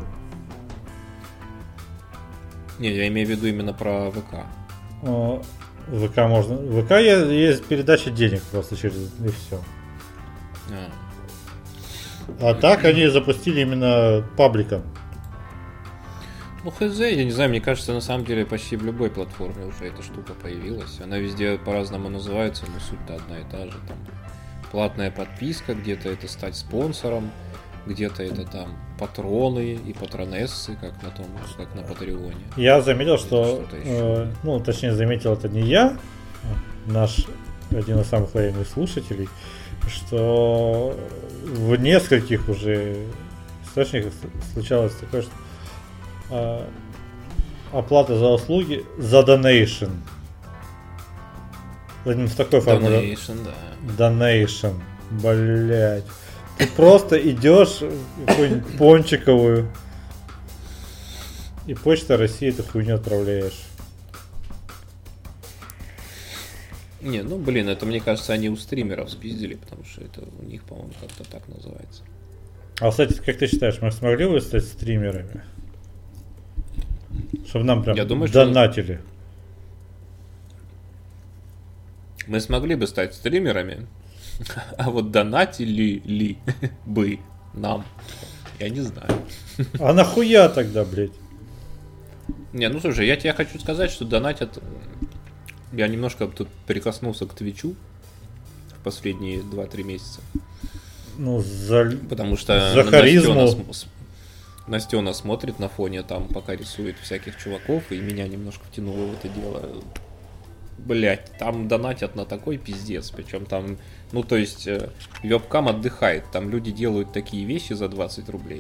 Не, я имею в виду именно про ВК. Э, ВК можно. ВК есть передача денег просто через и все. А. А так они запустили именно пабликом. Ну, хз, я не знаю, мне кажется, на самом деле почти в любой платформе уже эта штука появилась. Она везде по-разному называется, но суть-то одна и та же. Там платная подписка, где-то это стать спонсором, где-то это там патроны и патронессы, как на том, как на Патреоне. Я заметил, что, э, ну, точнее, заметил это не я, наш один из самых лояльных слушателей, что в нескольких уже источниках случалось такое, что э, оплата за услуги за donation. В такой формуле. Donation, да. Donation, блять. Ты просто идешь в какую-нибудь пончиковую и Почта России эту хуйню отправляешь. Не, ну блин, это мне кажется, они у стримеров спиздили, потому что это у них, по-моему, как-то так называется. А, кстати, как ты считаешь, мы смогли бы стать стримерами? Чтобы нам прям Я думаю, донатили. Что мы смогли бы стать стримерами, а вот донатили ли бы нам, я не знаю. А нахуя тогда, блядь? Не, ну слушай, я тебе хочу сказать, что донатят... Я немножко тут прикоснулся к Твичу в последние два-три месяца. Ну, за... Потому что за харизму. Настена, Настена смотрит на фоне, там пока рисует всяких чуваков, и меня немножко втянуло в это дело. Блять, там донатят на такой пиздец, причем там, ну то есть, вебкам отдыхает, там люди делают такие вещи за двадцать рублей.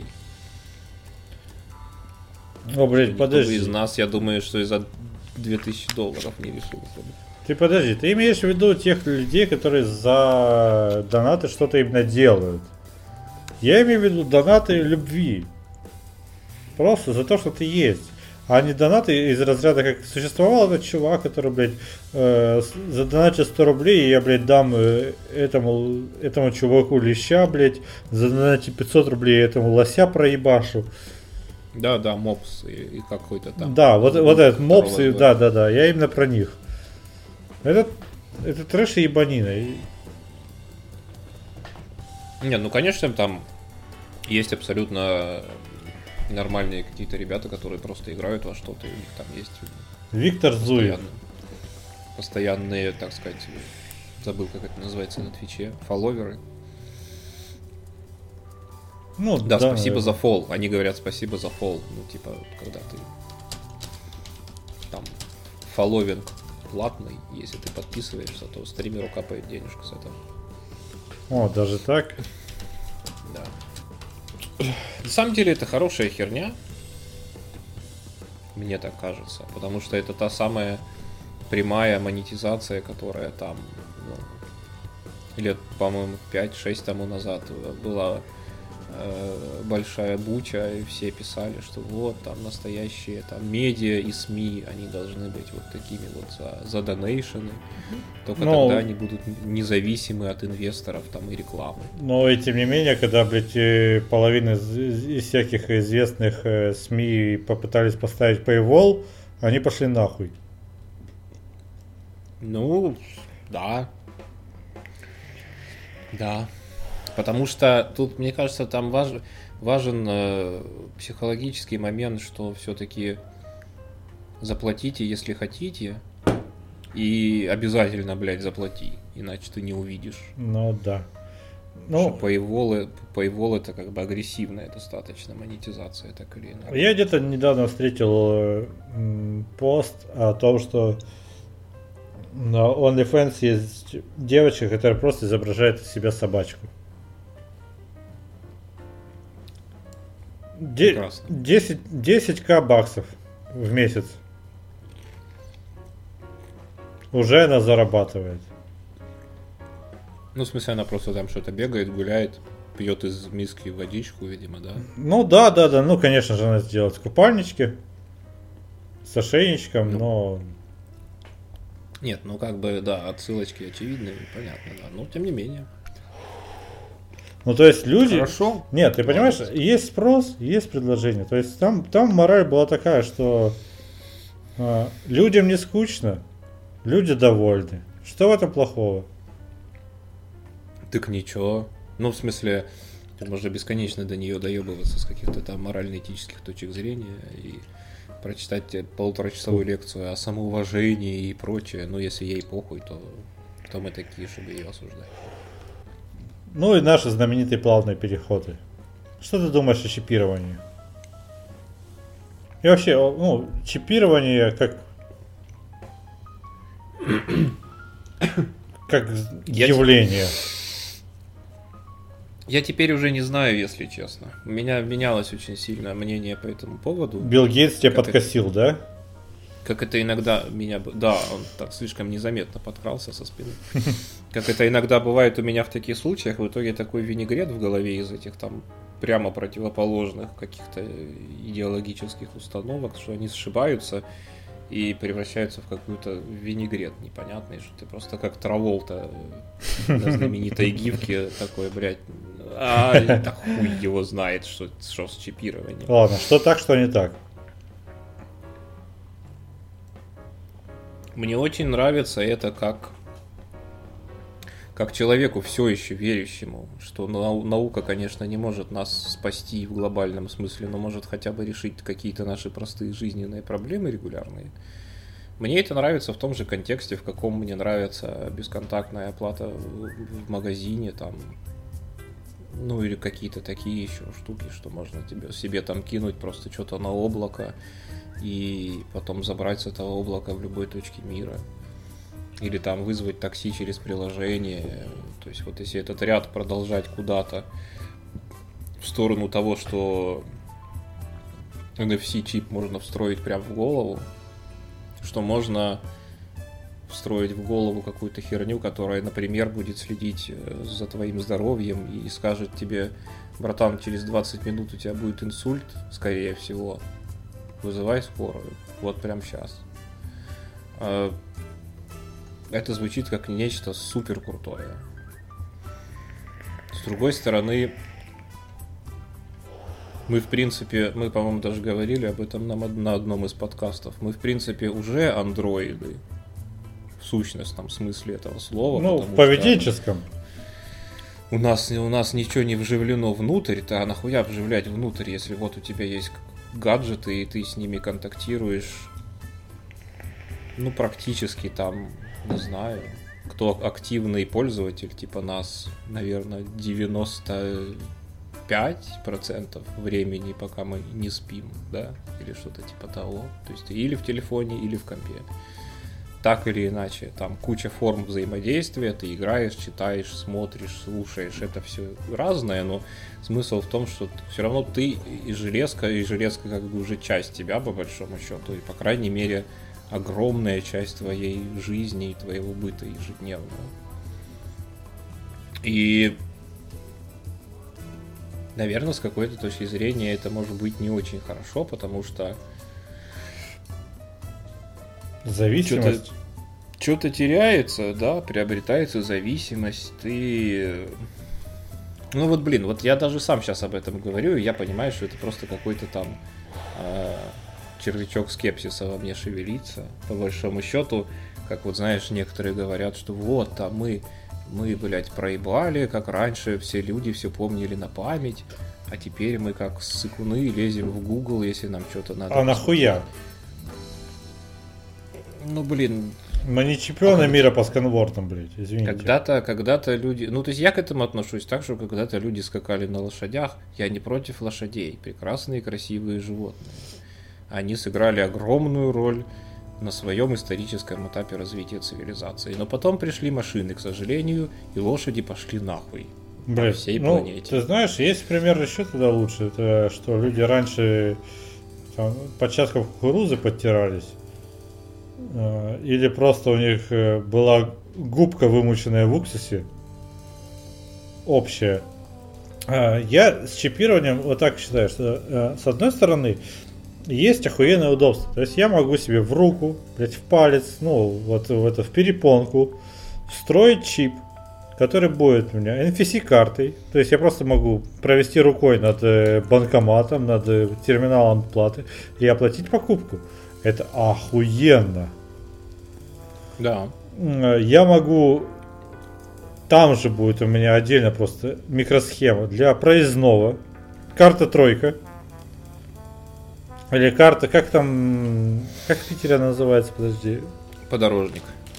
О, блядь, подожди. Из нас, я думаю, что и за две тысячи долларов не решился бы. Ты подожди, ты имеешь в виду тех людей, которые за донаты что-то именно делают? Я имею в виду донаты любви. Просто за то, что ты есть. А не донаты из разряда, как существовал этот чувак, который, блядь, э, задонатит сто рублей, и я, блядь, дам э, этому, этому чуваку леща, блядь, задонатить пятьсот рублей, этому лося проебашу. Да, да, мопс и, и какой-то там. Да, вот, вот этот мопс, и, да, да, да, я именно про них. Это, это трэш и ебанина. Не, ну конечно там есть абсолютно нормальные какие-то ребята, которые просто играют во что-то, и у них там есть Виктор Зуев. Постоянные, так сказать, забыл, как это называется на Твиче, фолловеры. Ну, да, да, спасибо наверное. за фол. Они говорят спасибо за фол. Ну, типа, когда ты там фолловинг платный, если ты подписываешься, то стримеру капает денежка с этого. О, даже так? Да. На самом деле это хорошая херня. Мне так кажется. Потому что это та самая прямая монетизация, которая там, ну, лет, по-моему, пять-шесть тому назад была э, большая буча, и все писали, что вот там настоящие там медиа и СМИ, они должны быть вот такими вот за, за донейшены. Только Но... тогда они будут независимы от инвесторов там и рекламы. Но и тем не менее, когда, блядь, половина из, из всяких известных э, СМИ попытались поставить paywall, они пошли нахуй. Ну, да. Да. Потому что тут, мне кажется, там важ, важен э, психологический момент, что все-таки заплатите, если хотите, и обязательно, блядь, заплати, иначе ты не увидишь. Ну да. Ну, Paywall, Paywall это как бы агрессивная достаточно монетизация, так или иначе. Я где-то недавно встретил э, м, пост о том, что на OnlyFans есть девочка, которая просто изображает из себя собачку. Де- Прекрасно. десять, десять тысяч баксов в месяц. уже она зарабатывает. Ну, в смысле, она просто там что-то бегает, гуляет, пьет из миски водичку, видимо, да? Ну да, да, да. Ну, конечно же, она сделает купальнички с ошейничком, Ну. но... Нет, ну как бы, да, отсылочки очевидные, понятно, да. Но тем не менее. Ну, то есть люди... Хорошо. Нет, ты понимаешь, Молодец. есть спрос, есть предложение. То есть там, там мораль была такая, что а, людям не скучно, люди довольны. Что в этом плохого? Так ничего. Ну, в смысле, можно бесконечно до нее доебываться с каких-то там морально-этических точек зрения и прочитать тебе полуторачасовую лекцию о самоуважении и прочее. Но если ей похуй, то, то мы такие, чтобы ее осуждать. Ну и наши знаменитые плавные переходы. Что ты думаешь о чипировании? И вообще, о, ну, чипирование как... как Я явление. Я теперь уже не знаю, если честно. У меня менялось очень сильно мнение по этому поводу. Билл Гейтс тебя Как подкосил, да? Как это иногда меня... б- Да, он так слишком незаметно подкрался со спины. Как это иногда бывает у меня в таких случаях, в итоге такой винегрет в голове из этих там прямо противоположных каких-то идеологических установок, что они сшибаются и превращаются в какой-то винегрет непонятный, что ты просто как Траволта на знаменитой гифке такой, блядь, а да хуй его знает, что, что с чипированием. Ладно, что так, что не так. Мне очень нравится это как, как человеку, все еще верящему, что нау- наука, конечно, не может нас спасти в глобальном смысле, но может хотя бы решить какие-то наши простые жизненные проблемы регулярные. Мне это нравится в том же контексте, в каком мне нравится бесконтактная оплата в, в магазине, там, ну или какие-то такие еще штуки, что можно тебе, себе там кинуть просто что-то на облако и потом забрать с этого облака в любой точке мира. Или там вызвать такси через приложение. То есть вот если этот ряд продолжать куда-то в сторону того, что эн эф си-чип можно встроить прямо в голову, что можно встроить в голову какую-то херню, которая, например, будет следить за твоим здоровьем и скажет тебе: братан, через двадцать минут у тебя будет инсульт, скорее всего, вызывай скорую, вот прям сейчас. Это звучит как нечто супер крутое. С другой стороны, мы, в принципе, мы, по-моему, даже говорили об этом на, на одном из подкастов, мы, в принципе, уже андроиды в сущностном смысле этого слова. Ну, в поведенческом. У нас, у нас ничего не вживлено внутрь-то, а нахуя вживлять внутрь, если вот у тебя есть гаджеты, и ты с ними контактируешь, ну, практически там, не знаю, кто активный пользователь, типа нас, наверное, девяносто пять процентов времени, пока мы не спим, да, или что-то типа того. То есть ты или в телефоне, или в компе. Так или иначе, там куча форм взаимодействия, ты играешь, читаешь, смотришь, слушаешь, это все разное, но смысл в том, что все равно ты и железка, и железка как бы уже часть тебя, по большому счету, и, по крайней мере, огромная часть твоей жизни и твоего быта ежедневного. И, наверное, с какой-то точки зрения это может быть не очень хорошо, потому что зависимость. Что-то, что-то теряется, да, приобретается зависимость, ты... Ну вот, блин, вот я даже сам сейчас об этом говорю, и я понимаю, что это просто какой-то там э, червячок скепсиса во мне шевелится, по большому счету, как вот, знаешь, некоторые говорят, что вот, а мы, мы, блядь, проебали, как раньше все люди все помнили на память, а теперь мы как ссыкуны лезем в Google, если нам что-то надо. А нахуя? Ну, блин. Мы не чемпионы а мира по сканвордам, блядь, извините. Когда-то, когда-то люди... Ну, то есть я к этому отношусь так, что когда-то люди скакали на лошадях. Я не против лошадей. Прекрасные, красивые животные. Они сыграли огромную роль на своем историческом этапе развития цивилизации. Но потом пришли машины, к сожалению, и лошади пошли нахуй. Блядь, по всей ну, планете. Ты знаешь, есть пример еще туда лучше. Это что люди раньше там, под чашкой кукурузы подтирались. э, или просто у них э, была губка, вымученная в уксусе, общая. Э, я с чипированием вот так считаю, что э, с одной стороны есть охуенное удобство. То есть я могу себе в руку, блять, в палец, ну, вот в это, в перепонку встроить чип, который будет у меня эн эф си-картой. То есть я просто могу провести рукой над э, банкоматом, над э, терминалом платы и оплатить покупку. Это охуенно. Да. Я могу... Там же будет у меня отдельно просто микросхема для проездного. Карта тройка. Или карта, как там... Как в Питере она называется, подожди. Подорожник.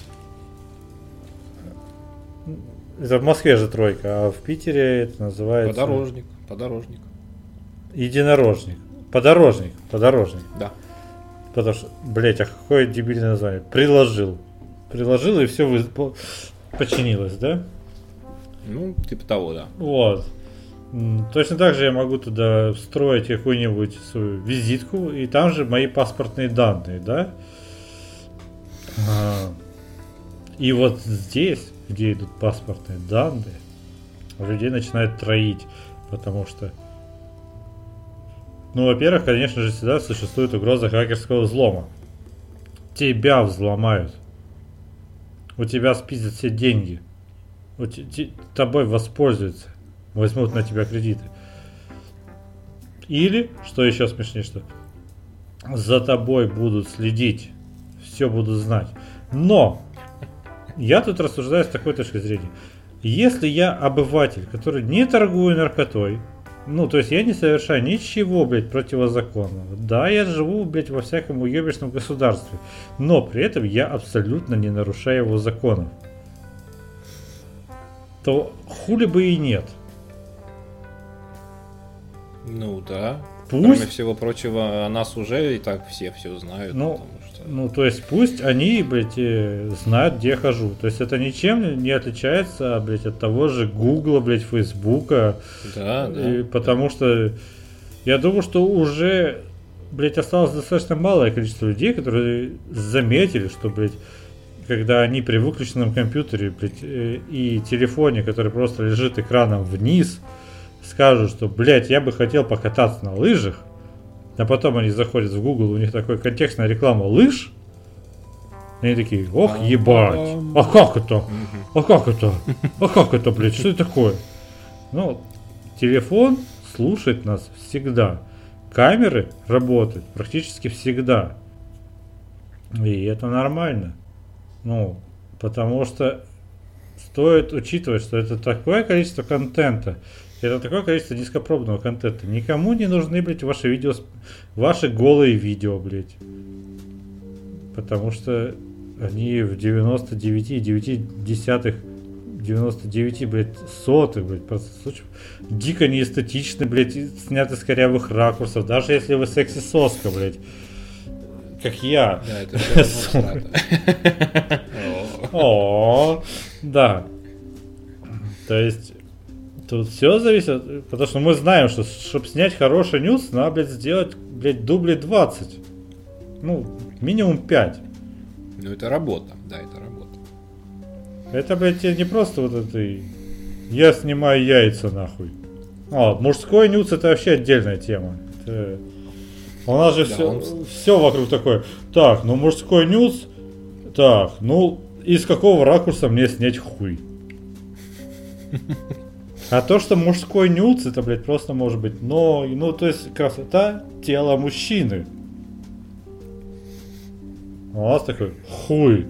Это в Москве же тройка, а в Питере это называется... Подорожник. Подорожник. Единорожник. Подорожник. Подорожник. Да. Потому что, блять, а какое дебильное название? Приложил. Приложил, и все вы... починилось, да? Ну, типа того, да. Вот. Точно так же я могу туда встроить какую-нибудь свою визитку, и там же мои паспортные данные, да? А, и вот здесь, где идут паспортные данные, людей начинает троить, потому что, ну, во-первых, конечно же, всегда существует угроза хакерского взлома. Тебя взломают. У тебя спиздят все деньги. У т- тобой воспользуются. Возьмут на тебя кредиты. Или, что еще смешнее, что за тобой будут следить. Все будут знать. Но я тут рассуждаю с такой точки зрения. Если я обыватель, который не торгую наркотой, ну, то есть я не совершаю ничего, блядь, противозаконного. Да, я живу, блядь, во всяком уебищном государстве. Но при этом я абсолютно не нарушаю его законов. То хули бы и нет. Ну да. Пусть. Кроме всего прочего, о нас уже и так все все знают. Ну, потому что... ну, то есть пусть они, блядь, э, знают, где я хожу. То есть это ничем не отличается, блядь, от того же Гугла, блядь, Фейсбука. Да, да. И потому да. что я думаю, что уже, блядь, осталось достаточно малое количество людей, которые заметили, что, блядь, когда они при выключенном компьютере, блядь, э, и телефоне, который просто лежит экраном вниз, скажут, что, блядь, я бы хотел покататься на лыжах, а потом они заходят в Google, у них такой контекстная реклама лыж, и они такие, ох, ебать, а как это? А как это? А как это, блядь, что это такое? Ну, телефон слушает нас всегда. Камеры работают практически всегда. И это нормально. Ну, потому что стоит учитывать, что это такое количество контента, это такое количество низкопробного контента. Никому не нужны, блядь, ваши видео, ваши голые видео, блядь. Потому что они в девяносто девять целых девять десятых, девяносто девять, блядь, сотых, блядь, процентов случаев дико неэстетичны, блядь, сняты с корявых ракурсов. Даже если вы секси-соска, блядь. Как я. Да, это все равно страта. О, да. То есть тут все зависит, потому что мы знаем, что чтобы снять хороший нюц, надо, блядь, сделать, блядь, дублей двадцать. Ну, минимум пять. Ну, это работа, да, это работа. Это, блядь, не просто вот это я снимаю яйца, нахуй. А, мужской нюц это вообще отдельная тема. Это... У нас же да, все, он... все вокруг такое. Так, ну мужской нюц. Так, ну из какого ракурса мне снять хуй? А то, что мужской нюц, это, блядь, просто может быть, но, ну, то есть красота тела мужчины. А у нас такой хуй,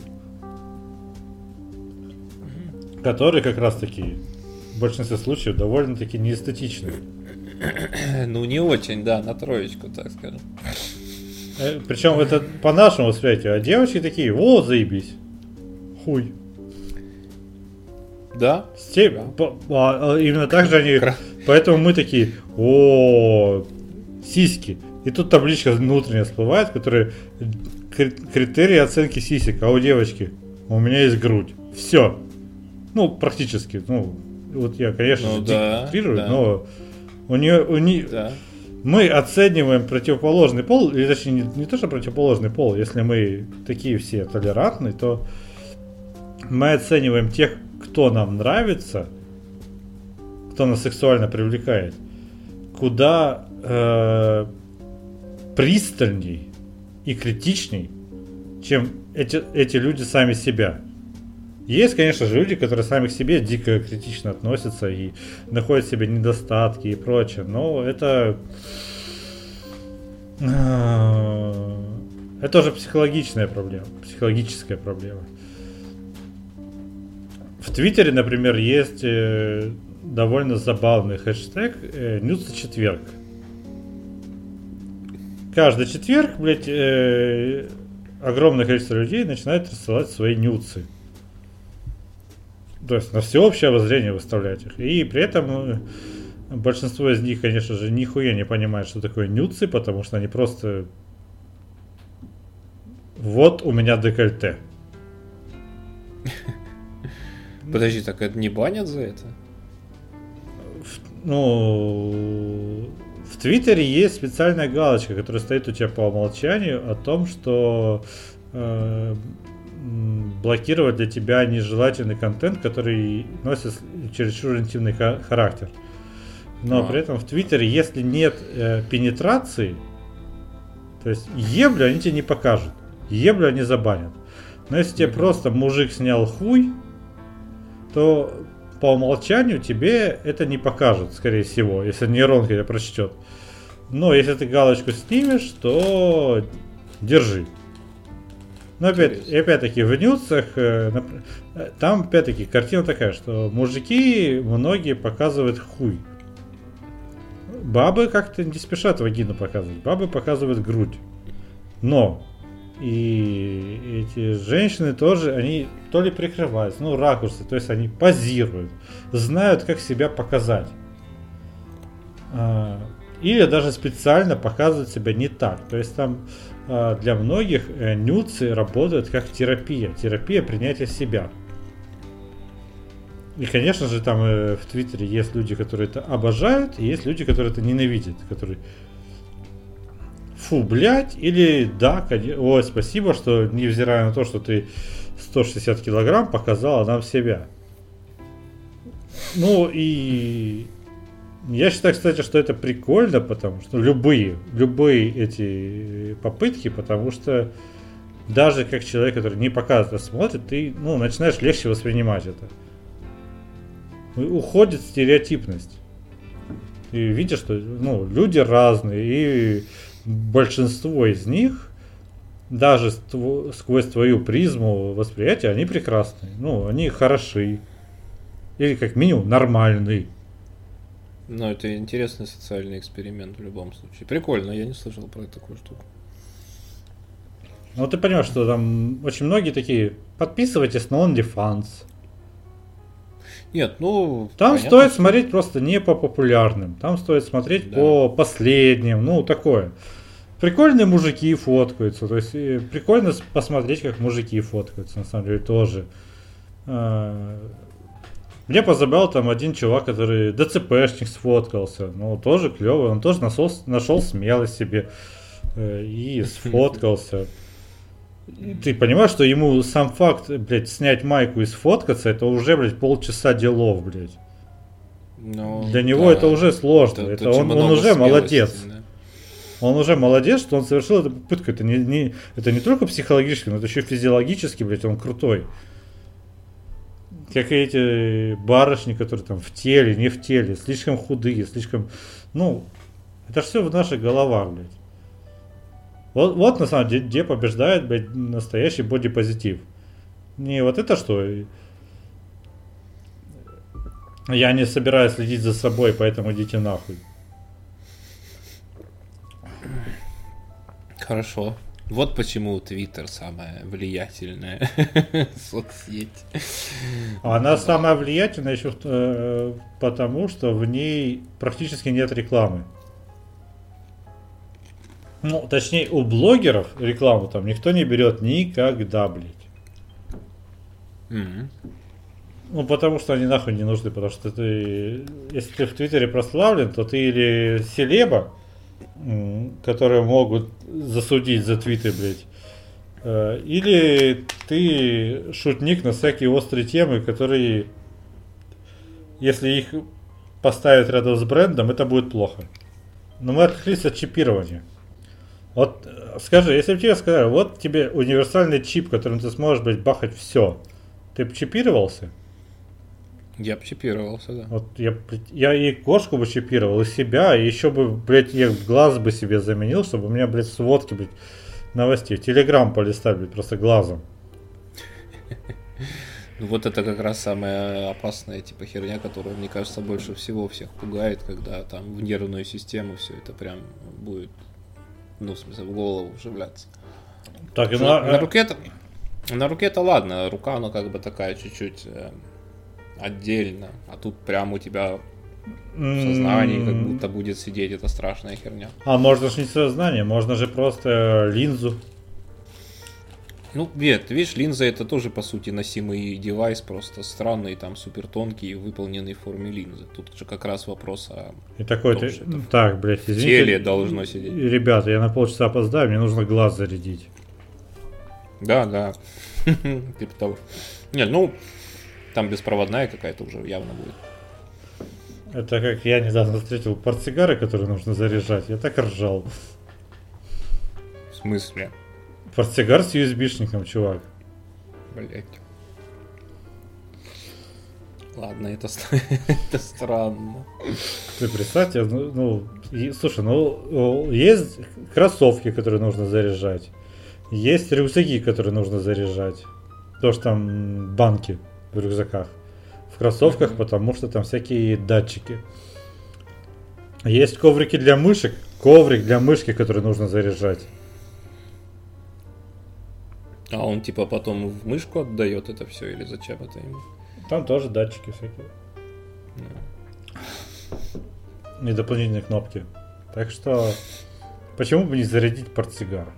который как раз таки в большинстве случаев довольно-таки неэстетичный. Ну, не очень, да, на троечку, так скажем. Причем это по нашему восприятию, а девочки такие, о, заебись, хуй. Да. Степ... да. По, а, именно так же они. Кра... Поэтому мы такие, о, сиськи. И тут табличка внутренняя всплывает, которая критерии оценки сисек. А у девочки у меня есть грудь. Все. Ну, практически. Ну, вот я, конечно, ну, же, да, декритрирую, да. но у нее, у нее, да. мы оцениваем противоположный пол, или точнее не, не то, что противоположный пол, если мы такие все толерантные, то мы оцениваем тех, кто нам нравится, кто нас сексуально привлекает, куда э, пристальней и критичней, чем эти, эти люди сами себя. Есть, конечно же, люди, которые сами к себе дико критично относятся и находят в себе недостатки и прочее, но это это уже психологичная проблема, психологическая проблема. В Твиттере, например, есть довольно забавный хэштег «Нюцечетверг». Каждый четверг, блядь, огромное количество людей начинает рассылать свои нюцы. То есть на всеобщее обозрение выставлять их. И при этом большинство из них, конечно же, нихуя не понимает, что такое нюцы, потому что они просто... Вот у меня декольте. Подожди, так это не банят за это? Ну... В Твиттере есть специальная галочка, которая стоит у тебя по умолчанию о том, что... Э, блокировать для тебя нежелательный контент, который носит чересчур интимный характер. Но а. при этом в Твиттере, если нет э, пенетрации, то есть еблю они тебе не покажут, еблю они забанят. Но если тебе просто мужик снял хуй, то по умолчанию тебе это не покажут, скорее всего, если нейронка тебя прочтет. Но если ты галочку снимешь, то держи. Но опять, и опять-таки в нюцах, э, там опять-таки картина такая, что мужики многие показывают хуй. Бабы как-то не спешат вагину показывать, бабы показывают грудь. Но и эти женщины тоже, они то ли прикрываются, ну ракурсы, то есть они позируют, знают, как себя показать. А, или даже специально показывают себя не так. То есть там для многих нюцы работают как терапия. Терапия принятия себя. И, конечно же, там в Твиттере есть люди, которые это обожают, и есть люди, которые это ненавидят. Которые фу, блядь, или да, конечно, ой, спасибо, что невзирая на то, что ты сто шестьдесят килограмм показала нам себя. Ну и... Я считаю, кстати, что это прикольно, потому что любые, любые эти попытки, потому что даже как человек, который не показывает, а смотрит, ты ну, начинаешь легче воспринимать это. Уходит стереотипность. Ты видишь, что ну, люди разные, и большинство из них, даже сквозь твою призму восприятия, они прекрасные. Ну, они хороши. Или как минимум нормальные. Ну, это интересный социальный эксперимент в любом случае. Прикольно, я не слышал про такую штуку. Ну, ты понимаешь, что там очень многие такие, подписывайтесь на OnlyFans. Нет, ну... Там понятно, стоит что... смотреть просто не по популярным. Там стоит смотреть да. по последним, ну, такое. Прикольные мужики фоткаются. То есть, прикольно посмотреть, как мужики фоткаются, на самом деле, тоже. Мне позабавил там один чувак, который ДЦПшник сфоткался. Ну, тоже клевый. Он тоже нашел, нашел смелость себе э, и сфоткался. И ты понимаешь, что ему сам факт, блядь, снять майку и сфоткаться, это уже, блядь, полчаса делов, блядь. Ну, Для него да. это уже сложно. Это, это он, он уже молодец. Да. Он уже молодец, что он совершил эту попытку. Это не, не, это не только психологически, но это еще физиологически, блядь, он крутой. Как и эти барышни, которые там в теле, не в теле, слишком худые, слишком... Ну, это же все в наших головах, блядь. Вот, вот на самом деле, где побеждает, блядь, настоящий бодипозитив. Не вот это что... Я не собираюсь следить за собой, поэтому идите нахуй. Хорошо. Вот почему Твиттер самая влиятельная соцсеть. Она самая влиятельная еще э, потому, что в ней практически нет рекламы. Ну, точнее, у блогеров рекламу там никто не берет никогда, блядь. Mm-hmm. Ну, потому что они нахуй не нужны, потому что ты, если ты в Твиттере прославлен, то ты или селеба, которые могут засудить за твиты, блядь. Или ты шутник на всякие острые темы, которые, если их поставить рядом с брендом, это будет плохо. Но мы откликнулись от чипирования. Вот скажи, если бы тебе сказали, вот тебе универсальный чип, которым ты сможешь, блядь, бахать все, ты бы чипировался? Я бы чипировался, да. Вот я, я и кошку бы чипировал, и себя, и еще бы, блядь, я глаз бы себе заменил, чтобы у меня, блядь, сводки, блядь, новостей. Телеграм полистать, блядь, просто глазом. Ну вот это как раз самая опасная типа херня, которая, мне кажется, больше всего всех пугает, когда там в нервную систему все это прям будет, ну, в смысле, в голову вживляться. Так, и на, на... на руке-то, на руке-то ладно, рука, она как бы такая чуть-чуть э, отдельно, а тут прям у тебя в сознании как будто будет сидеть эта страшная херня. А можно же не сознание, можно же просто линзу. Ну, нет, видишь, линза это тоже, по сути, носимый девайс, просто странный, там, супер тонкий, выполненный в форме линзы. Тут же как раз вопрос о И такой том, ты... что это Так, блядь, в извините. теле должно сидеть. Ребята, я на полчаса опоздаю, мне нужно глаз зарядить. Да, да. Типа того. Не, ну, там беспроводная какая-то уже явно будет. Это как я недавно встретил портсигары, которые нужно заряжать. Я так ржал. В смысле? Портсигар с ю эс би-шником, чувак. Блять. Ладно, это, это странно. Ты представьте, ну, ну и, слушай, ну есть кроссовки, которые нужно заряжать. Есть рюкзаки, которые нужно заряжать. То, что там банки в рюкзаках. В кроссовках, mm-hmm. потому что там всякие датчики. Есть коврики для мышек. Коврик для мышки, который нужно заряжать. А он типа потом в мышку отдает это все или зачем это ему? Там тоже датчики всякие. No. И дополнительные кнопки. Так что почему бы не зарядить портсигар?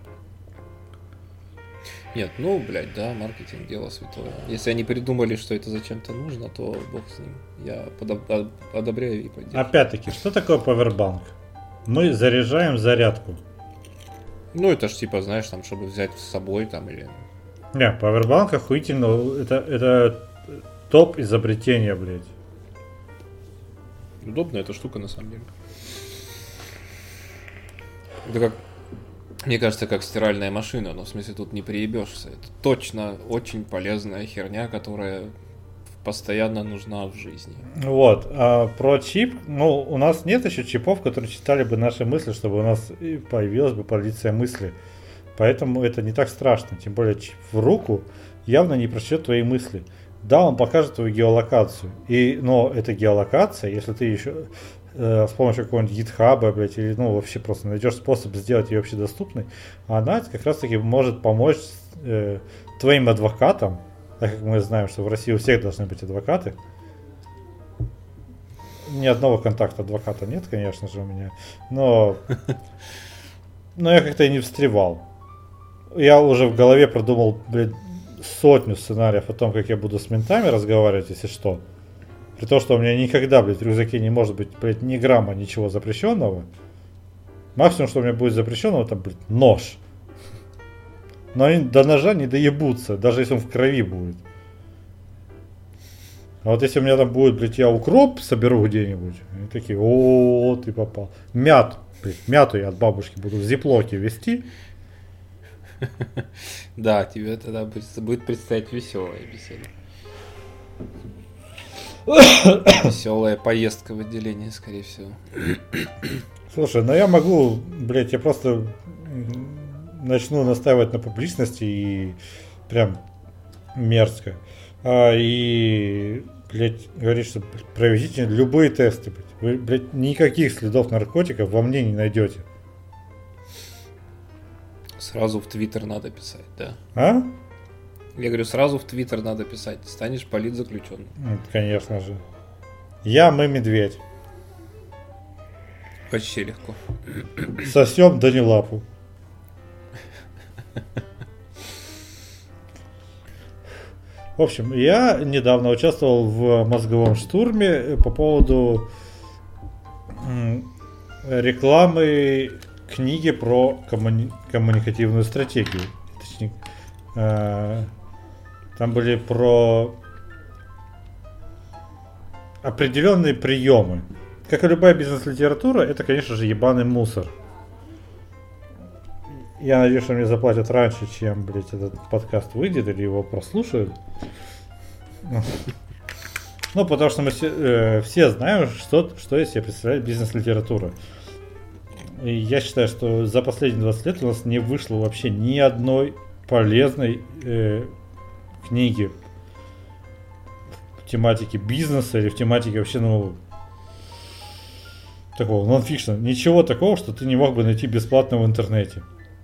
Нет, ну, блядь, да, маркетинг дело святое. Если они придумали, что это зачем-то нужно, то бог с ним. Я подоб- одобряю и поддерживаю. Опять-таки, что такое павербанк? Мы заряжаем зарядку. Ну, это ж типа, знаешь, там, чтобы взять с собой там или... Не, павербанк охуительно, это, это топ изобретения, блядь. Удобная эта штука, на самом деле. Это как... Мне кажется, как стиральная машина, но в смысле тут не приебешься. Это точно очень полезная херня, которая постоянно нужна в жизни. Вот, а про чип, ну, у нас нет еще чипов, которые читали бы наши мысли, чтобы у нас появилась бы полиция мысли. Поэтому это не так страшно. Тем более чип в руку явно не прочтет твои мысли. Да, он покажет твою геолокацию. И, но эта геолокация, если ты еще э, с помощью какого-нибудь гитхаба, блядь, или ну вообще просто найдешь способ сделать ее общедоступной, она как раз таки может помочь э, твоим адвокатам, так как мы знаем, что в России у всех должны быть адвокаты. Ни одного контакта адвоката нет, конечно же, у меня. Но, но я как-то и не встревал. Я уже в голове продумал, блядь, сотню сценариев о том, как я буду с ментами разговаривать, если что. При том, что у меня никогда, блядь, в рюкзаке не может быть, блядь, ни грамма ничего запрещенного. Максимум, что у меня будет запрещенного, это, блядь, нож. Но они до ножа не доебутся, даже если он в крови будет. А вот если у меня там будет, блядь, я укроп соберу где-нибудь, они такие, о, ты попал. Мят, блядь, мяту я от бабушки буду в зиплоке везти. Да, тебе тогда будет предстоять веселая беседа. Веселая поездка в отделение, скорее всего. Слушай, ну я могу, блядь, я просто начну настаивать на публичности и прям мерзко. А, и, блядь, говорит, что проведите любые тесты, блядь. Вы, блядь, никаких следов наркотиков во мне не найдете. Сразу в Твиттер надо писать, да? А? Я говорю, сразу в Твиттер надо писать. Станешь политзаключенным. Конечно же. Я, мы, медведь. Почти легко. Сосем, да не лапу. В общем, я недавно участвовал в мозговом штурме по поводу рекламы книги про коммуни- коммуникативную стратегию. Точнее, э, там были про определенные приемы. Как и любая бизнес-литература, это, конечно же, ебаный мусор. Я надеюсь, что мне заплатят раньше, чем, блядь, этот подкаст выйдет или его прослушают. Ну, потому что мы все, э, все знаем, что, что из себя представляет бизнес-литература. И я считаю, что за последние двадцать лет у нас не вышло вообще ни одной полезной э, книги в тематике бизнеса или в тематике вообще, ну, такого нонфикшна. Ничего такого, что ты не мог бы найти бесплатно в интернете.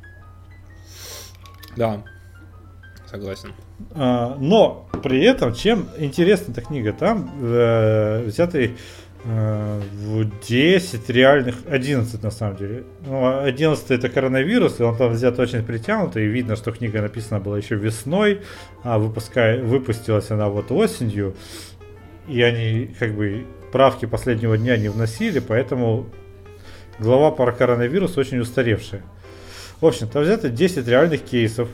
Да, согласен. А, но при этом, чем интересна эта книга, там э, взятый э, в десять реальных, одиннадцать на самом деле. Ну, одиннадцать это коронавирус, и он там взят очень притянутый, и видно, что книга написана была еще весной, а выпуска... выпустилась она вот осенью, и они как бы правки последнего дня не вносили, поэтому глава про коронавирус очень устаревшая. В общем, там взято десять реальных кейсов,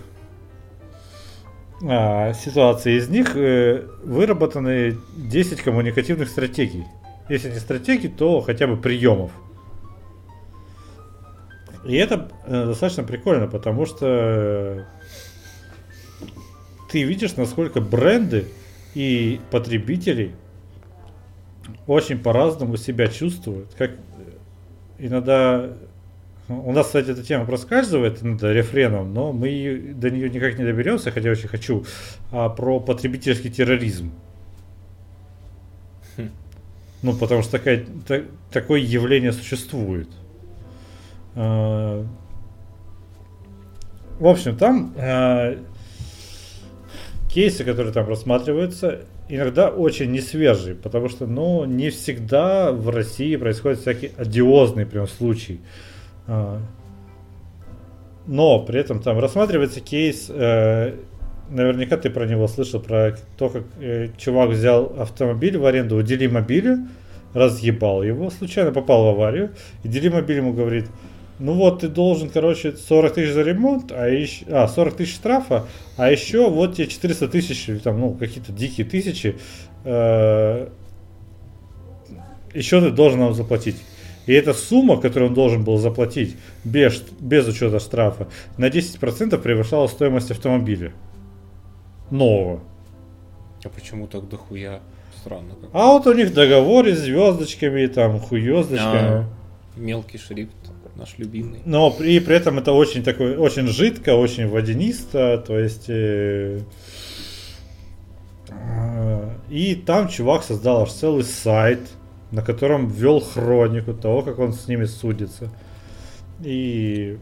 а, ситуации. Из них э, выработаны десять коммуникативных стратегий. Если не стратегий, то хотя бы приемов. И это э, достаточно прикольно, потому что э, ты видишь, насколько бренды и потребители очень по-разному себя чувствуют. Как иногда... У нас, кстати, эта тема проскальзывает иногда рефреном, но мы до нее никак не доберемся, хотя очень хочу, а, про потребительский терроризм. Хм. Ну, потому что такая, та, такое явление существует. А, в общем, там а, кейсы, которые там рассматриваются, иногда очень несвежие, потому что, ну, не всегда в России происходят всякие одиозные прям случаи. Но при этом там рассматривается кейс, э, наверняка ты про него слышал, про то, как э, чувак взял автомобиль в аренду у Делимобиля, разъебал его, случайно попал в аварию, и Делимобиль ему говорит: ну вот ты должен, короче, сорок тысяч за ремонт, а еще, а, сорок тысяч штрафа, а еще вот тебе четыреста тысяч, там, ну, какие-то дикие тысячи, э, еще ты должен нам заплатить. И эта сумма, которую он должен был заплатить без, без учета штрафа, на десять процентов превышала стоимость автомобиля. Нового. А почему так дохуя? Странно как. А вот у них договоры с звездочками, там, хуездочками. А, мелкий шрифт, наш любимый. Но и при этом это очень такой, очень жидко, очень водянисто, то есть... Э, э, и там чувак создал аж целый сайт, на котором ввел хронику того, как он с ними судится. И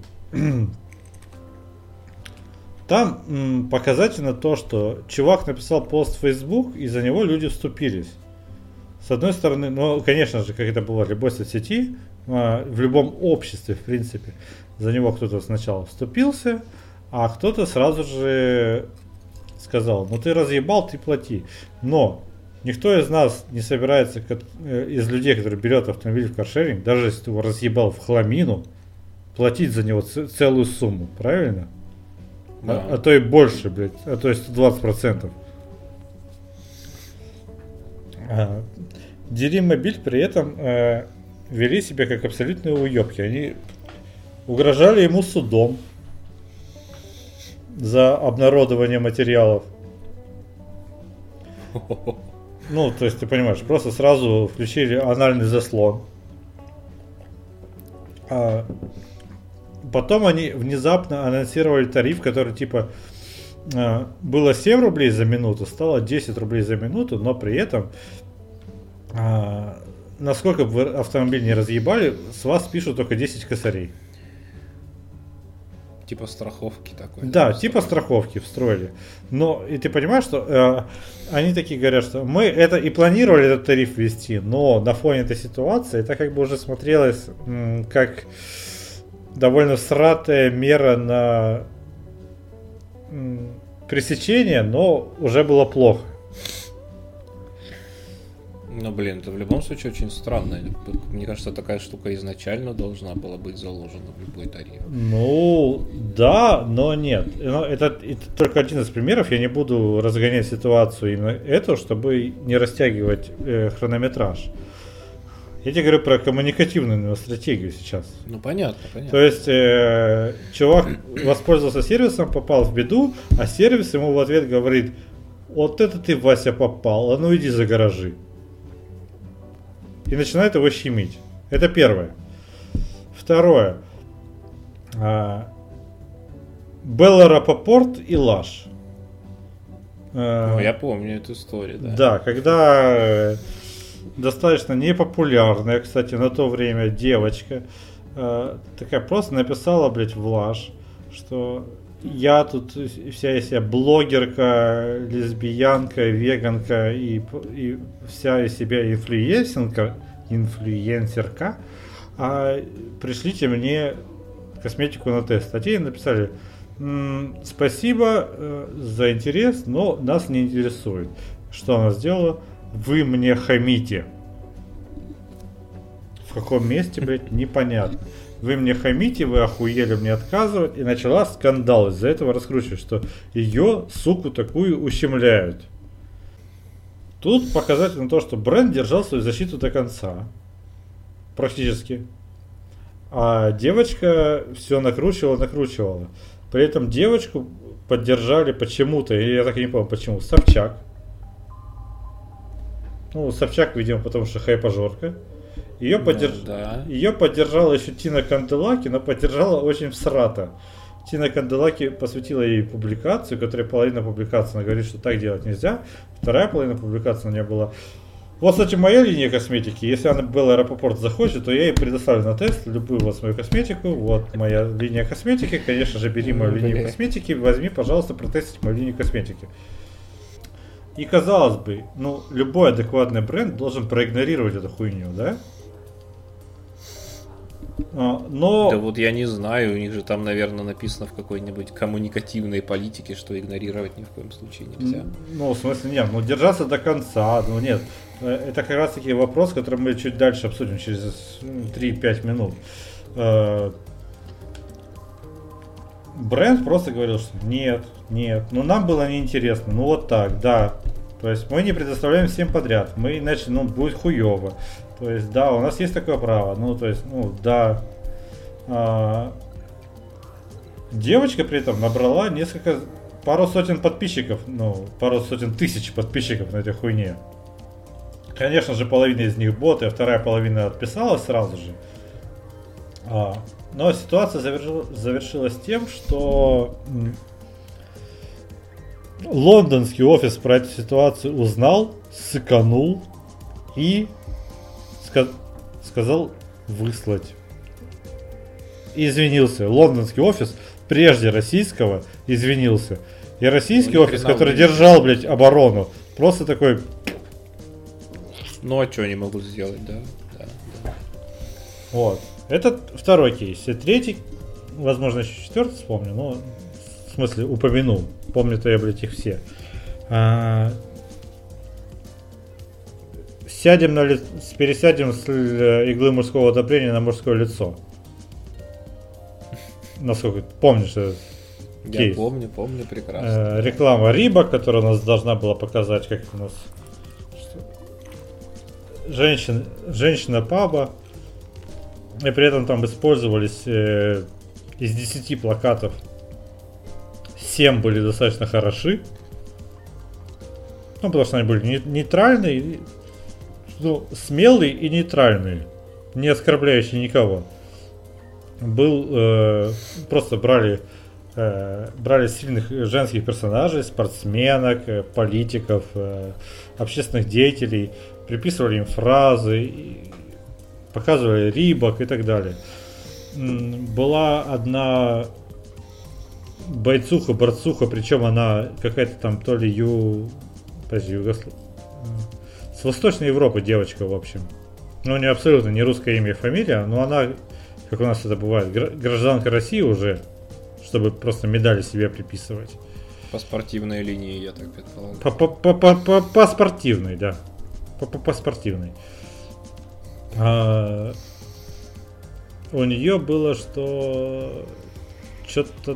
там м, показательно то, что чувак написал пост в Facebook, и за него люди вступились. С одной стороны, ну, конечно же, как это было в любой соцсети, а, в любом обществе, в принципе, за него кто-то сначала вступился, а кто-то сразу же сказал: ну ты разъебал, ты плати. Но никто из нас не собирается, из людей, которые берет автомобиль в каршеринг, даже если ты его разъебал в хламину, платить за него ц- целую сумму, правильно? Да. А, а то и больше, блядь, а то и сто двадцать процентов. А, Делимобиль при этом э, вели себя как абсолютные уебки. Они угрожали ему судом за обнародование материалов. Ну, то есть, ты понимаешь, просто сразу включили анальный заслон. А потом они внезапно анонсировали тариф, который типа а, было семь рублей за минуту, стало десять рублей за минуту, но при этом, а, насколько бы вы автомобиль не разъебали, с вас пишут только десять косарей. Типа страховки такой. Да, типа страховки встроили. Но и ты понимаешь, что э, они такие говорят, что мы это и планировали этот тариф ввести, но на фоне этой ситуации это как бы уже смотрелось м, как довольно всратая мера на м, пресечение, но уже было плохо. Ну, блин, это в любом случае очень странно. Мне кажется, такая штука изначально должна была быть заложена в любой тариф. Ну, да, но нет. Но это, это только один из примеров. Я не буду разгонять ситуацию именно эту, чтобы не растягивать э, хронометраж. Я тебе говорю про коммуникативную стратегию сейчас. Ну, понятно, понятно. То есть, э, чувак воспользовался сервисом, попал в беду, а сервис ему в ответ говорит: вот это ты, Вася, попал, а ну иди за гаражи. И начинает его щемить. Это первое. Второе. А, Белла Рапопорт и Лаш. А, ну, я помню эту историю, да. Да, когда достаточно непопулярная, кстати, на то время девочка а, такая просто написала, блядь, в Лаш, что я тут вся из себя блогерка, лесбиянка, веганка и, и вся из себя инфлюенсерка, инфлюенсерка, а пришлите мне косметику на тест. А те написали: м-м, спасибо э, за интерес, но нас не интересует. Что она сделала? Вы мне хамите. В каком месте, блядь, непонятно. Вы мне хамите, вы охуели мне отказывать. И начала скандал из-за этого раскручивать, что ее, суку такую, ущемляют. Тут показательно то, что бренд держал свою защиту до конца. Практически. А девочка все накручивала, накручивала. При этом девочку поддержали почему-то, и я так и не помню почему, Собчак. Ну, Собчак, видимо, потому что хайпажорка. Ее, ну, поддерж... да. Ее поддержала еще Тина Канделаки, но поддержала очень всрато. Тина Канделаки посвятила ей публикацию, которая половина публикации, она говорит, что так делать нельзя. Вторая половина публикации у нее была: вот, кстати, моя линия косметики. Если она Белла Рапопорт захочет, то я ей предоставлю на тест любую вот мою косметику. Вот моя линия косметики. Конечно же, бери мою линию косметики. Возьми, пожалуйста, протестить мою линию косметики. И казалось бы, ну, любой адекватный бренд должен проигнорировать эту хуйню, да? Но... Да вот я не знаю, у них же там, наверное, написано в какой-нибудь коммуникативной политике, что игнорировать ни в коем случае нельзя. Ну, в смысле, нет, ну держаться до конца, ну нет. Это как раз таки вопрос, который мы чуть дальше обсудим, через три-пять минут. Бренд просто говорил, что нет, нет, ну нам было неинтересно, ну вот так, да. То есть мы не предоставляем всем подряд, мы иначе, ну, будет хуево. То есть, да, у нас есть такое право, ну, то есть, ну, да. А, девочка при этом набрала несколько, пару сотен подписчиков, ну, пару сотен тысяч подписчиков на этой хуйне. Конечно же, половина из них боты, а вторая половина отписалась сразу же. А, но ситуация завершила, завершилась тем, что м, лондонский офис про эту ситуацию узнал, сыканул и ска- сказал выслать. И извинился. Лондонский офис, прежде российского, извинился. И российский ну, офис, который держал, блядь, оборону, просто такой... Ну, а что они могут сделать, да? да, да. Вот. Это второй кейс. И третий, возможно, еще четвертый вспомню, но в смысле упомянул. Помню-то я, блядь, их все. А... Сядем на ли... пересядем с иглы мужского одобрения на мужское лицо. Насколько помнишь этот кейс? Я помню, помню прекрасно. А, реклама Риба, которая у нас должна была показать, как у нас женщина, женщина паба. И при этом там использовались э, из десяти плакатов семь были достаточно хороши. Ну, потому что они были нейтральные, ну, смелые и нейтральные, не оскорбляющие никого. Был э, просто брали э, брали сильных женских персонажей, спортсменок, э, политиков, э, общественных деятелей, приписывали им фразы, и показывали Рибок и так далее. Была одна бойцуха, борцуха, причем она какая-то там то ли ю... Подожди, Югослав... с Восточной Европы девочка, в общем. Ну, у нее абсолютно не русское имя и фамилия, но она, как у нас это бывает, гражданка России уже, чтобы просто медали себе приписывать. По спортивной линии, я так предполагаю. По, по, по, по, по спортивной, да. по спортивной. А, у нее было, что что-то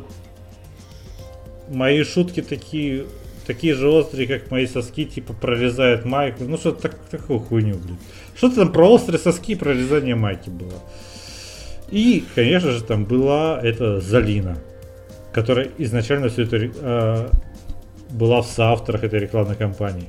мои шутки такие, такие же острые, как мои соски, типа прорезают майку. Ну что-то так, такую хуйню, блин. Что-то там про острые соски и прорезание майки было. И, конечно же, там была эта Залина, которая изначально все это э, была в соавторах этой рекламной кампании.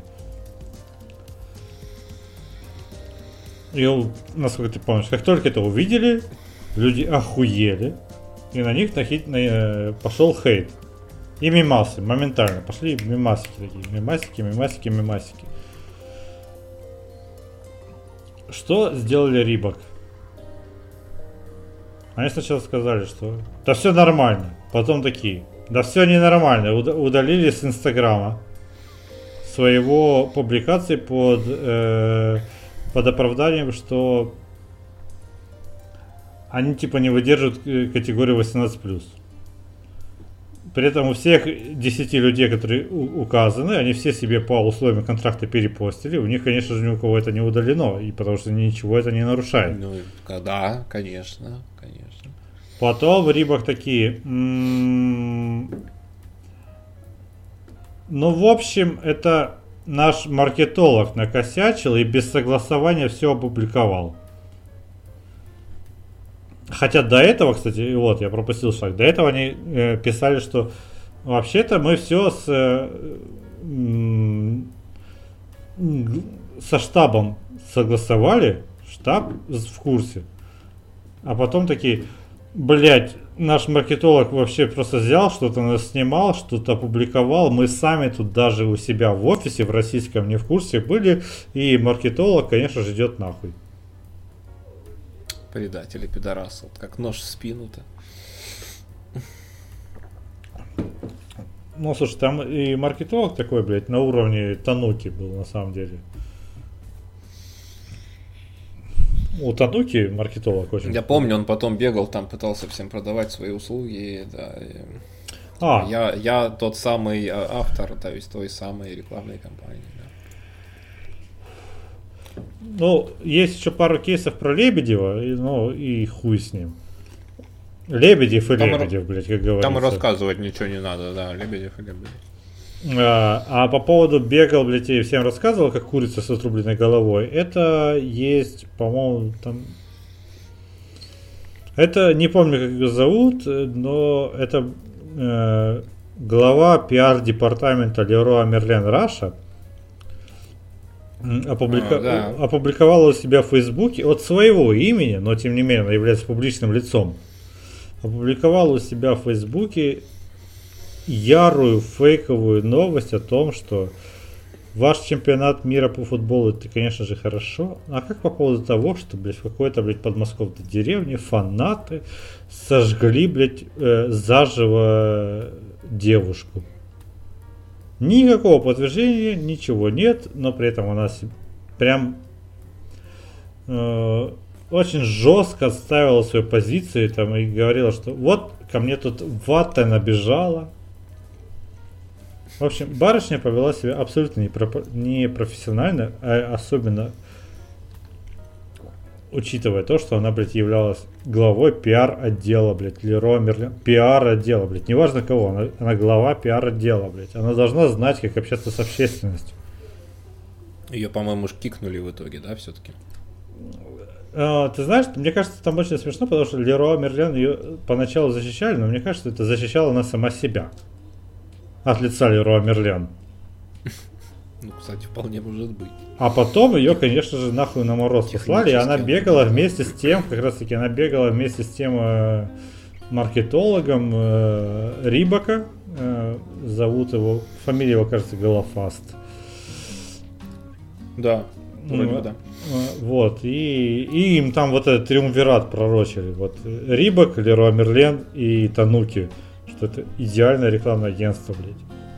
И, насколько ты помнишь, как только это увидели, люди охуели, и на них нахит, на, э, пошел хейт. И мемасы, моментально. Пошли мемасики такие. Мемасики, мемасики, мемасики. Что сделали Reebok? Они сначала сказали, что да все нормально. Потом такие, да все ненормально. Удалили с Инстаграма своего публикации под, э, под оправданием, что они типа не выдерживают категорию восемнадцать плюс. При этом у всех десяти людей, которые у- указаны, они все себе по условиям контракта перепостили. У них, конечно же, ни у кого это не удалено, и потому что ничего это не нарушает. Ну, да, конечно, конечно. Потом в Reebok такие... м- Ну, в общем, это наш маркетолог накосячил и без согласования все опубликовал. Хотя до этого, кстати, вот я пропустил шаг, до этого они э, писали, что вообще-то мы все с, э, м- со штабом согласовали, штаб в курсе. А потом такие, блять, наш маркетолог вообще просто взял, что-то нас снимал, что-то опубликовал, мы сами тут даже у себя в офисе в российском не в курсе были, и маркетолог, конечно же, идет нахуй. Предатели, пидорасы. Вот как нож в спину-то. Ну, слушай, там и маркетолог такой, блядь, на уровне Тануки был, на самом деле. У Тануки маркетолог очень... Я помню, он потом бегал, там пытался всем продавать свои услуги. Да, и... А, я, я тот самый автор, то есть той самой рекламной кампании. Да. ну, есть еще пару кейсов про Лебедева, и, ну, и хуй с ним. Лебедев и Там Лебедев, р- блядь, как говорится. Там и рассказывать ничего не надо, да, Лебедев и Лебедев. А, а по поводу бегал, блядь, и всем рассказывал, как курица с отрубленной головой, это есть, по-моему, там... Это, не помню, как ее зовут, но это э, глава пиар-департамента Leroy Merlin Russia опублика... А, да. опубликовала у себя в Фейсбуке от своего имени, но тем не менее она является публичным лицом, опубликовала у себя в Фейсбуке ярую фейковую новость о том, что ваш чемпионат мира по футболу это, конечно же, хорошо. А как по поводу того, что, блядь, в какой-то, блядь, подмосковной деревне фанаты сожгли, блядь, э, заживо девушку? Никакого подтверждения, ничего нет, но при этом она се- прям э, очень жестко отставила свою позицию там, и говорила, что вот ко мне тут вата набежала. В общем, барышня повела себя абсолютно непро- непрофессионально, а особенно учитывая то, что она, блядь, являлась главой пиар-отдела, блядь, Leroy Merlin, пиар-отдела, блядь, неважно кого, она, она глава пиар-отдела, блядь, она должна знать, как общаться с общественностью. Ее, по-моему, уж кикнули в итоге, да, все-таки? А, ты знаешь, мне кажется, там очень смешно, потому что Leroy Merlin ее поначалу защищали, но мне кажется, это защищала она сама себя. От лица Leroy Merlin. Ну, кстати, вполне может быть. А потом ее, конечно же, нахуй на мороз послали, и она бегала вместе с тем, как раз таки она бегала вместе с тем э, маркетологом э, Рибака, э, зовут его, фамилия его, кажется, Голофаст. Да, вроде бы Э, да. э, Вот, и, и им там вот этот триумвират пророчили. Вот Рибак, Leroy Merlin и Тануки, что это идеальное рекламное агентство, блядь.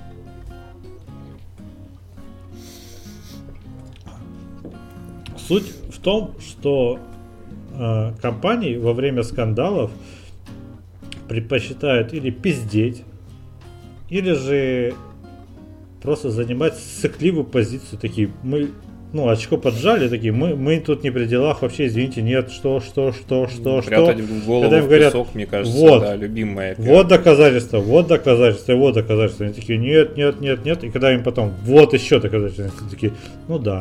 Суть в том, что э, компании во время скандалов предпочитают или пиздеть, или же просто занимать сыкливую позицию, такие, мы, ну, очко поджали, такие, мы, мы тут не при делах, вообще, извините, нет, что, что, что, что, что. Прятать голову Когда им в говорят, песок, мне кажется, вот, да, любимая операция. Вот доказательства, вот доказательства, вот доказательства. Они такие, нет, нет, нет, нет. И когда им потом, вот еще доказательства, они такие, ну да.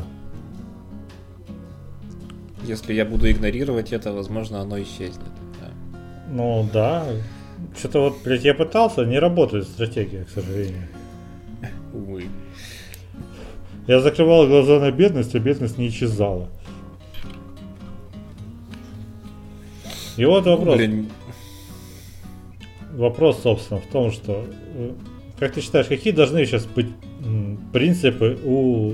Если я буду игнорировать это, возможно, оно исчезнет. Да. Ну да. Что-то вот, блядь, я пытался, не работает стратегия, к сожалению. Увы. Я закрывал глаза на бедность, а бедность не исчезала. И вот вопрос. Блин. Вопрос, собственно, в том, что, как ты считаешь, какие должны сейчас быть принципы у,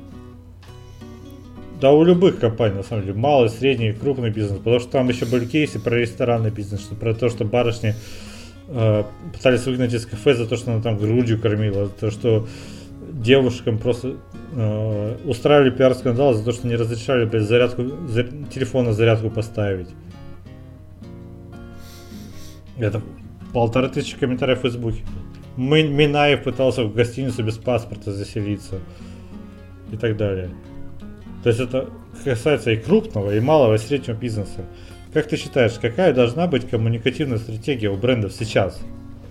да, у любых компаний, на самом деле, малый, средний, крупный бизнес, потому что там еще были кейсы про ресторанный бизнес, что про то, что барышни э, пытались выгнать из кафе за то, что она там грудью кормила, за то, что девушкам просто э, устраивали пиар-скандал за то, что не разрешали, блядь, зарядку, за, телефон на зарядку поставить. Это полторы тысячи комментариев в Фейсбуке. Минаев пытался в гостиницу без паспорта заселиться. И так далее. То есть это касается и крупного, и малого, и среднего бизнеса. Как ты считаешь, какая должна быть коммуникативная стратегия у брендов сейчас?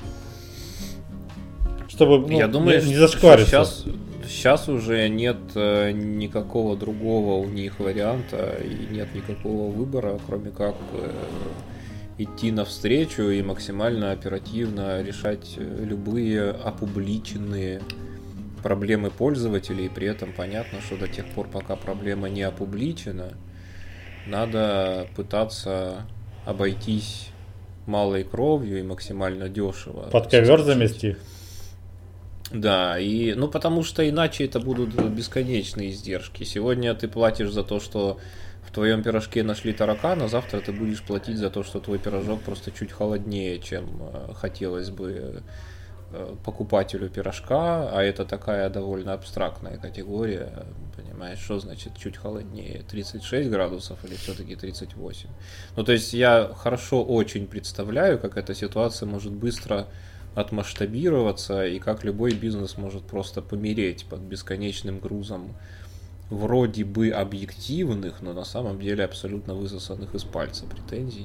Чтобы, ну, Я думаю, не, не зашквариться. Сейчас, сейчас уже нет э, никакого другого у них варианта и нет никакого выбора, кроме как э, идти навстречу и максимально оперативно решать любые опубличенные проблемы пользователей. При этом понятно, что до тех пор, пока проблема не опубличена, надо пытаться обойтись малой кровью и максимально дешево. Под ковер замести. Да, и ну потому что иначе это будут бесконечные издержки. Сегодня ты платишь за то, что в твоем пирожке нашли таракана, завтра ты будешь платить за то, что твой пирожок просто чуть холоднее, чем э, хотелось бы э, покупателю пирожка, а это такая довольно абстрактная категория, понимаешь, что значит чуть холоднее, тридцать шесть градусов или все-таки тридцать восемь. Ну то есть я хорошо очень представляю, как эта ситуация может быстро отмасштабироваться и как любой бизнес может просто помереть под бесконечным грузом вроде бы объективных, но на самом деле абсолютно высосанных из пальца претензий.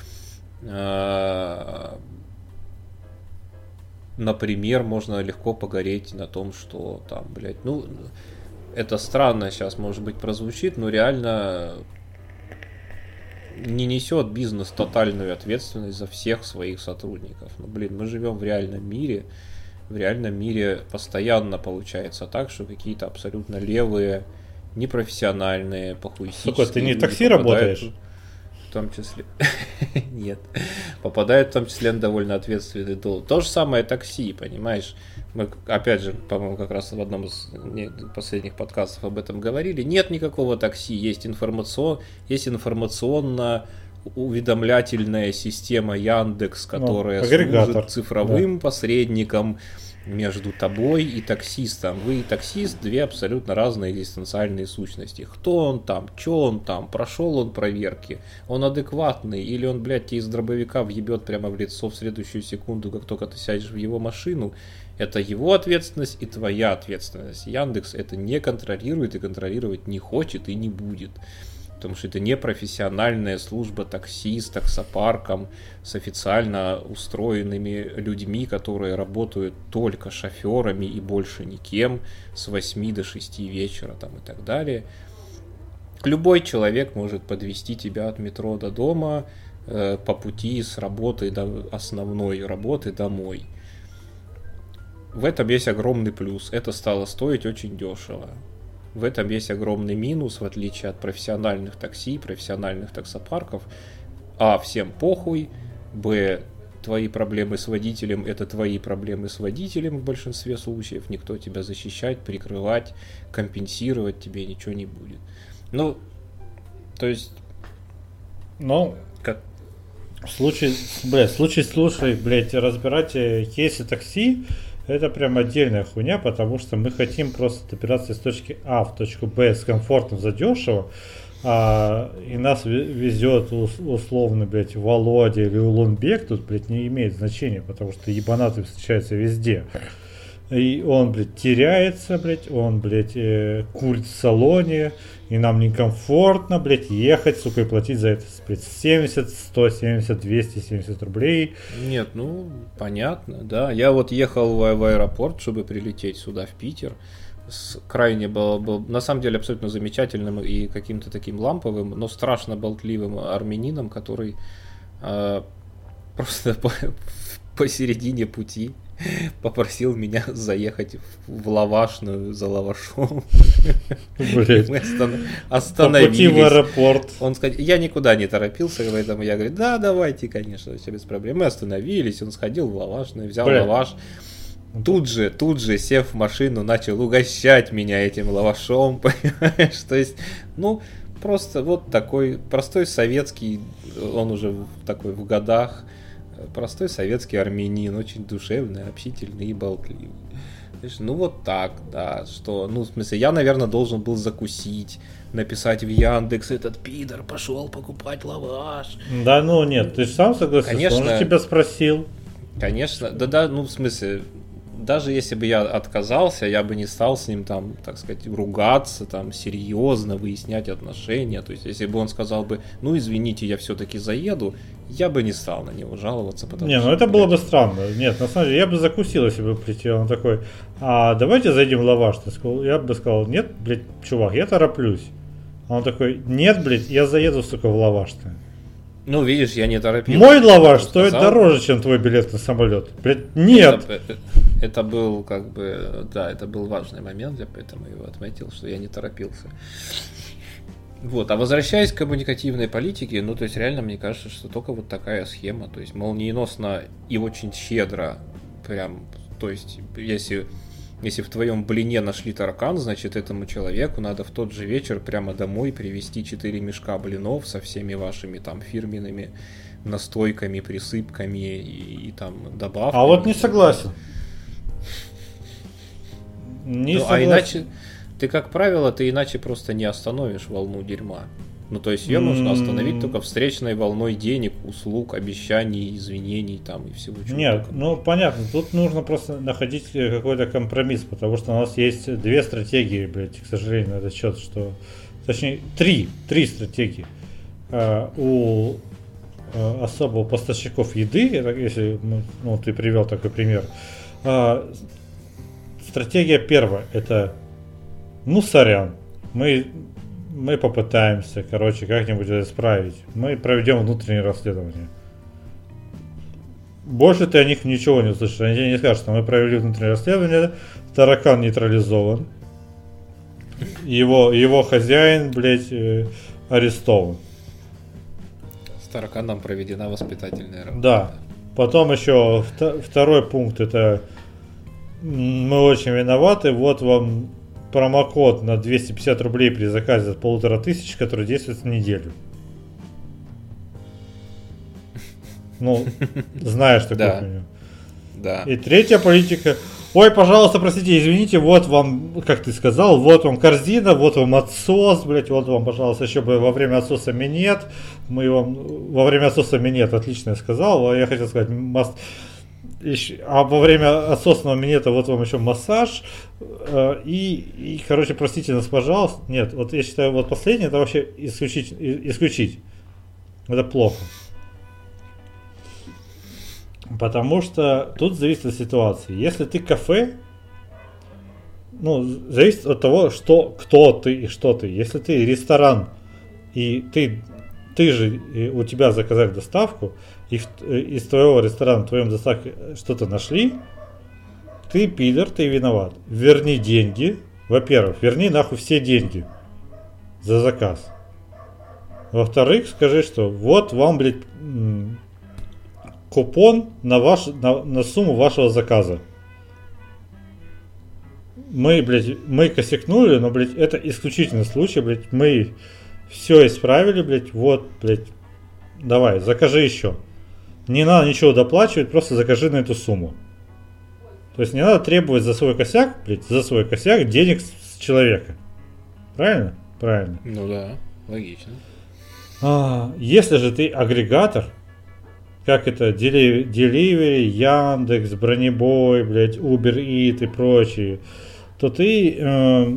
Например, можно легко погореть на том, что там, блядь, ну, это странно сейчас, может быть, прозвучит, но реально не несет бизнес тотальную ответственность за всех своих сотрудников. Ну, блин, мы живем в реальном мире. В реальном мире постоянно получается так, что какие-то абсолютно левые, непрофессиональные, похуистические. Сука, ты не в такси работаешь? В том числе. Нет. Попадают в том числе на довольно ответственный долг. То же самое такси, понимаешь? Мы, опять же, по-моему, как раз в одном из последних подкастов об этом говорили. Нет никакого такси, есть информацион, есть информационно-уведомлятельная система Яндекс, которая ну, служит цифровым да. посредником между тобой и таксистом. Вы и таксист — две абсолютно разные экзистенциальные сущности. Кто он там, что он там, прошел он проверки, он адекватный, или он, блядь, тебе из дробовика въебет прямо в лицо в следующую секунду, как только ты сядешь в его машину. Это его ответственность и твоя ответственность. Яндекс это не контролирует и контролировать не хочет и не будет. Потому что это не профессиональная служба такси с таксопарком, с официально устроенными людьми, которые работают только шоферами и больше никем, с восьми до шести вечера там, и так далее. Любой человек может подвести тебя от метро до дома э, по пути с работы до основной работы домой. В этом есть огромный плюс. Это стало стоить очень дешево. В этом есть огромный минус, в отличие от профессиональных такси, профессиональных таксопарков. А, всем похуй. Б, твои проблемы с водителем — это твои проблемы с водителем в большинстве случаев. Никто тебя защищать, прикрывать, компенсировать тебе ничего не будет. Ну, то есть... Ну, как... в случае, блядь, в случае, слушай, блядь, разбирать кейсы такси, это прям отдельная хуйня, потому что мы хотим просто добираться из точки А в точку Б с комфортом задешево, а, и нас везет условно, блядь, Володя или Улунбек, тут, блядь, не имеет значения, потому что ебанаты встречаются везде. и он, блядь, теряется, блядь, он, блядь, э, курит в салоне, и нам некомфортно, блядь, ехать, сука, и платить за это, блядь, семьдесят, сто семьдесят, двести семьдесят рублей. Нет, ну, понятно, да. Я вот ехал в, в аэропорт, чтобы прилететь сюда, в Питер, с крайне был, был, на самом деле, абсолютно замечательным и каким-то таким ламповым, но страшно болтливым армянином, который э, просто по, посередине пути попросил меня заехать в, в лавашную за лавашом. Блять. Мы остан- остановились. По пути в аэропорт. Он сказал, я никуда не торопился, поэтому я говорю, да, давайте, конечно, все без проблем. Мы остановились, он сходил в лавашную, взял Блин. лаваш. Тут же, тут же, сев в машину, начал угощать меня этим лавашом, понимаешь? То есть, ну, просто вот такой простой советский, он уже такой в годах, простой советский армянин, очень душевный, общительный и болтливый. Ну вот так, да, что, ну, в смысле, я, наверное, должен был закусить, написать в Яндекс, этот пидор пошел покупать лаваш. Да, ну нет, ты же сам согласился, Конечно, он же тебя спросил. Конечно, да-да, ну, в смысле, даже если бы я отказался, я бы не стал с ним там, так сказать, ругаться, там, серьезно выяснять отношения. То есть, если бы он сказал бы, ну, извините, я все-таки заеду, я бы не стал на него жаловаться. Потому не, что, ну это блядь, было бы странно. Нет, на самом деле, я бы закусил, если бы прилетел. Он такой, а давайте зайдем в лаваш. Ты сказал, я бы сказал, нет, блядь, чувак, я тороплюсь. А он такой, нет, блядь, я заеду, сука, в лаваш-то. Ну, видишь, я не торопился. Мой лаваш стоит сказал. дороже, чем твой билет на самолет. Блядь, нет. Это, это, это был, как бы, да, это был важный момент, я поэтому его отметил, что я не торопился. Вот, а возвращаясь к коммуникативной политике, ну, то есть, реально, мне кажется, что только вот такая схема, то есть, молниеносно и очень щедро, прям, то есть, если... Если в твоем блине нашли таракан, значит, этому человеку надо в тот же вечер прямо домой привезти четыре мешка блинов со всеми вашими там фирменными настойками, присыпками и, и там добавками. А вот не согласен. Не ну, согласен. А иначе, ты, как правило, ты иначе просто не остановишь волну дерьма. Ну, то есть ее можно остановить только встречной волной денег, услуг, обещаний, извинений там и всего чего. Нет, только. ну понятно, тут нужно просто находить какой-то компромисс, потому что у нас есть две стратегии, блядь, к сожалению, на этот счет, что... Точнее, три, три стратегии. А, у а, особо поставщиков еды, это если ну, ты привел такой пример. А, стратегия первая, это ну сорян, мы... Мы попытаемся, короче, как-нибудь это исправить. Мы проведем внутреннее расследование. Больше ты о них ничего не услышишь. Они тебе не скажут, что мы провели внутреннее расследование, таракан нейтрализован. Его, его хозяин, блядь, э, арестован. С тараканом проведена воспитательная работа. Да. Потом еще вто, второй пункт, это мы очень виноваты, вот вам промокод на двести пятьдесят рублей при заказе от полутора тысяч, который действует неделю. Ну, знаешь такую хуйню. Да. И третья политика. Ой, пожалуйста, простите, извините, вот вам, как ты сказал, вот вам корзина, вот вам отсос, блять, вот вам, пожалуйста, еще бы во время отсоса минет. Мы вам во время отсоса минет, отлично я сказал, я хотел сказать, маст... А во время отсосного минета вот вам еще массаж. И, и, короче, простите нас, пожалуйста. Нет, вот я считаю, вот последнее, это вообще исключить. исключить. Это плохо. Потому что тут зависит от ситуации. Если ты кафе, ну, зависит от того, что, кто ты и что ты. Если ты ресторан, и ты, ты же, и у тебя заказали доставку, и в, из твоего ресторана, в твоем доставке что-то нашли, ты пидор, ты виноват. Верни деньги. Во-первых, верни нахуй все деньги за заказ. Во-вторых, скажи, что вот вам, блядь, купон на, ваш, на, на сумму вашего заказа. Мы, блядь, мы косякнули, но, блядь, это исключительный случай, блядь, мы все исправили, блядь, вот, блядь, давай, закажи еще. Не надо ничего доплачивать, просто закажи на эту сумму. То есть не надо требовать за свой косяк, блядь, за свой косяк денег с человека. Правильно? Правильно. Ну да, логично. А, если же ты агрегатор, как это, Delivery, Яндекс, Бронебой, блядь, Uber Eats и прочие, то ты, э,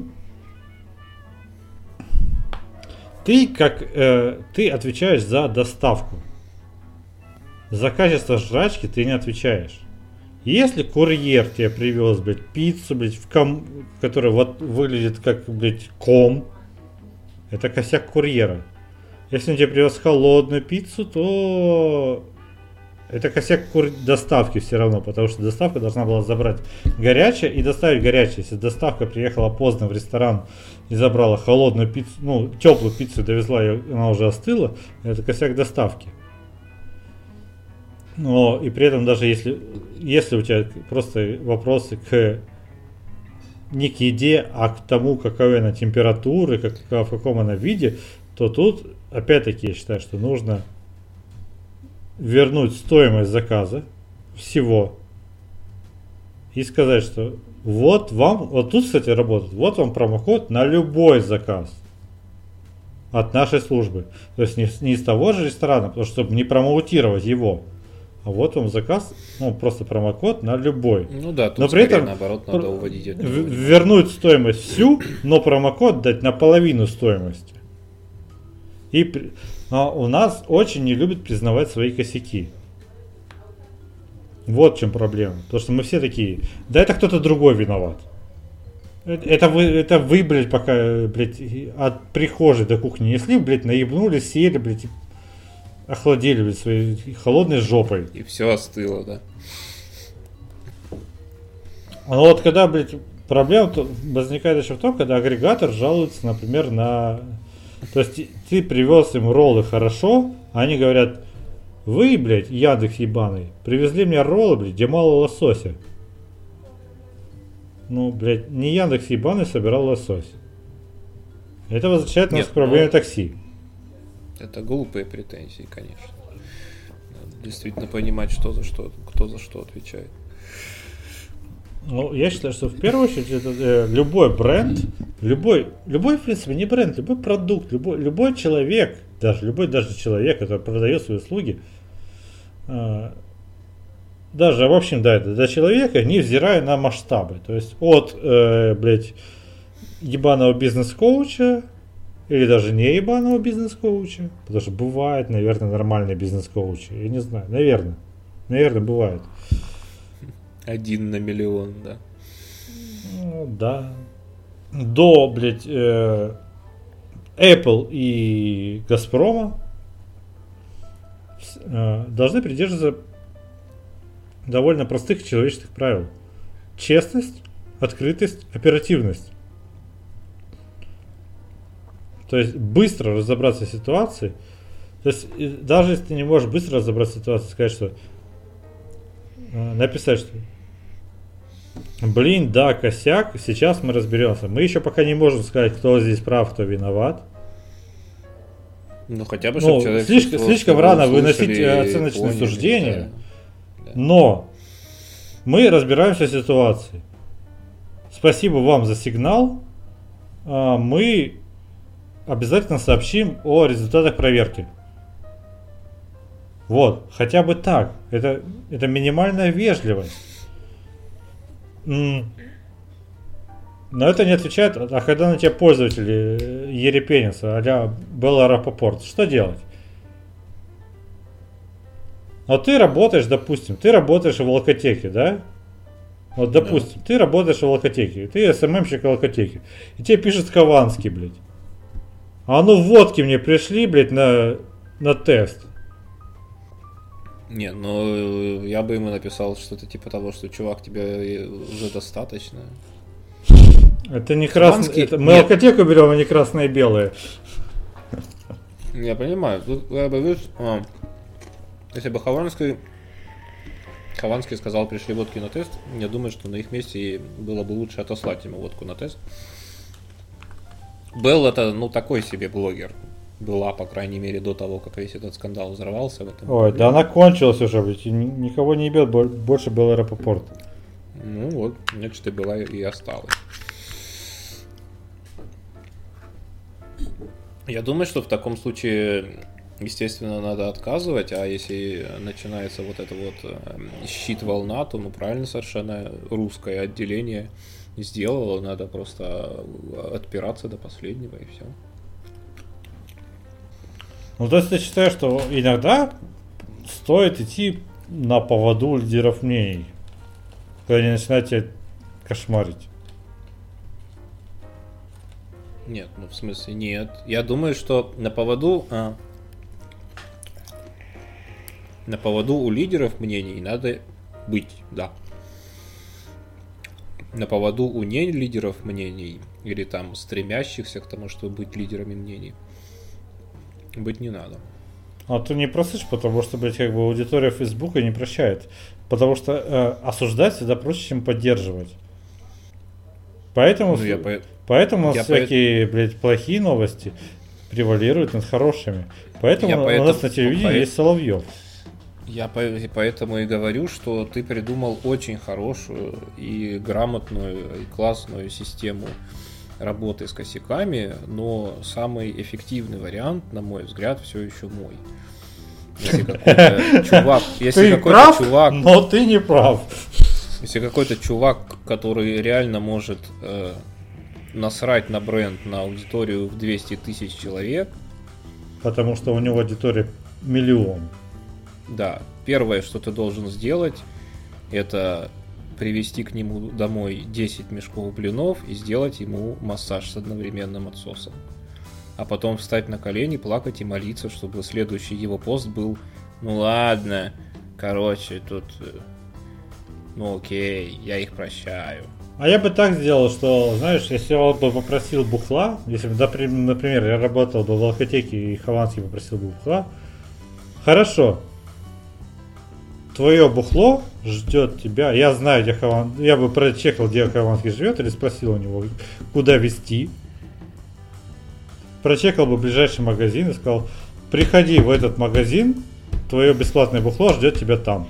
ты как, э, ты отвечаешь за доставку. За качество жрачки ты не отвечаешь. Если курьер тебе привез, блядь, пиццу, блядь, в ком... которая вот выглядит как, блядь, ком, это косяк курьера. Если он тебе привез холодную пиццу, то это косяк кур... доставки все равно, потому что доставка должна была забрать горячее и доставить горячее. Если доставка приехала поздно в ресторан и забрала холодную пиццу, ну, теплую пиццу и довезла ее, она уже остыла, это косяк доставки. Но и при этом даже если, если у тебя просто вопросы к не к еде, а к тому, какая она температура, как, в каком она виде, то тут опять-таки я считаю, что нужно вернуть стоимость заказа всего и сказать, что вот вам, вот тут, кстати, работает, вот вам промокод на любой заказ от нашей службы. То есть не, не из того же ресторана, потому что чтобы не промоутировать его. А вот вам заказ, ну просто промокод на любой. Ну да, тут но при этом наоборот надо уводить это. Вернуть стоимость всю, но промокод дать на половину стоимости. И но у нас очень не любят признавать свои косяки. Вот в чем проблема. Потому что мы все такие, да это кто-то другой виноват. Это вы, это вы, блядь, пока, блядь, от прихожей до кухни несли, блядь, наебнулись, сели, блядь, охладили, блядь, своей холодной жопой. И все остыло, да. А вот когда, блядь, проблема возникает еще в том, когда агрегатор жалуется, например, на... То есть ты привез им роллы хорошо, а они говорят, вы, блядь, Яндекс ебаный, привезли мне роллы, блядь, где мало лосося. Ну, блядь, не Яндекс ебаный собирал лосось. Это возвращает нас Нет, к проблеме ну... такси. Это глупые претензии, конечно. Надо действительно понимать, что за что, кто за что отвечает. Ну, я считаю, что в первую очередь это, э, любой бренд, любой, любой, в принципе, не бренд, любой продукт, любой, любой человек, даже любой даже человек, который продает свои услуги, э, даже, в общем, да, это до человека, невзирая на масштабы. То есть от, э, блядь, ебаного бизнес-коуча, или даже не ебаного бизнес-коуча, потому что бывает, наверное, нормальные бизнес-коучи. Я не знаю, наверное. Наверное, бывает. Один на миллион, да. Ну, да. До, блядь, э, Apple и Газпрома э, должны придерживаться довольно простых человеческих правил. Честность, открытость, оперативность. То есть быстро разобраться в ситуации. То есть даже если ты не можешь быстро разобраться в ситуации, сказать, что э, написать, что блин, да, косяк, сейчас мы разберемся. Мы еще пока не можем сказать, кто здесь прав, кто виноват. Ну хотя бы, ну, чтобы человек слишком, слишком рано выносить оценочные поняли, суждения. Да, да. Но мы разбираемся в ситуации. Спасибо вам за сигнал. А, мы обязательно сообщим о результатах проверки. Вот, хотя бы так. Это, это минимальная вежливость. Но это не отвечает, а когда на тебя пользователи ерепенятся, а-ля Белла Рапопорт, что делать? Вот ты работаешь, допустим, ты работаешь в Алкотеке, да? Вот, допустим, да. Ты работаешь в Алкотеке, ты эс эм эм-щик в Алкотеке, и тебе пишет Хованский, блядь. А ну водки мне пришли, блядь, на, на тест. Не, ну я бы ему написал что-то типа того, что чувак, тебе уже достаточно. Это не красное. Это... Мы Алкотеку берем, а не красное и белое. Я понимаю. Тут я бы видишь, а, если бы Хованский Хованский сказал, пришли водки на тест, я думаю, что на их месте было бы лучше отослать ему водку на тест. Белл это, ну, такой себе блогер. Была, по крайней мере, до того, как весь этот скандал взорвался в этом. Ой, да она кончилась уже, блядь, никого не ебет, больше Белла Рапопорт. Ну вот, нечто была и осталось. Я думаю, что в таком случае естественно, надо отказывать, а если начинается вот это вот э, щит-волна, то, ну, правильно совершенно русское отделение сделало, надо просто отпираться до последнего и все. Ну, то есть ты считаешь, что иногда стоит идти на поводу лидеров мнений, когда они начинают тебя кошмарить? Нет, ну в смысле нет. Я думаю, что на поводу а, на поводу у лидеров мнений надо быть, да. На поводу у не лидеров мнений или там стремящихся к тому, чтобы быть лидерами мнений, быть не надо. А ты не просишь, потому что, блядь, как бы аудитория Фейсбука не прощает. Потому что э, осуждать всегда проще, чем поддерживать. Поэтому, Ну, я по... поэтому я всякие, по... блядь, плохие новости превалируют над хорошими. Поэтому я у поэтому... нас на телевидении по... есть Соловьев. Я по... поэтому и говорю, что ты придумал очень хорошую и грамотную, и классную систему работы с косяками, но самый эффективный вариант, на мой взгляд, все еще мой. Если какой-то чувак, если ты какой-то прав, чувак, но ты не прав. Если какой-то чувак, который реально может э, насрать на бренд, на аудиторию в двести тысяч человек, потому что у него аудитория миллион. Да, первое, что ты должен сделать, это привезти к нему домой десять мешков блинов и сделать ему массаж с одновременным отсосом. А потом встать на колени, плакать и молиться, чтобы следующий его пост был: ну ладно, короче, тут, ну окей, я их прощаю. А я бы так сделал, что, знаешь, если он бы попросил бухла, если бы, например, я работал бы в алкотеке и Хованский попросил бы бухла, хорошо, твое бухло ждет тебя. Я знаю, где Хован... Я бы прочекал, где Хованский живет, или спросил у него, куда везти. Прочекал бы ближайший магазин и сказал: приходи в этот магазин, твое бесплатное бухло ждет тебя там.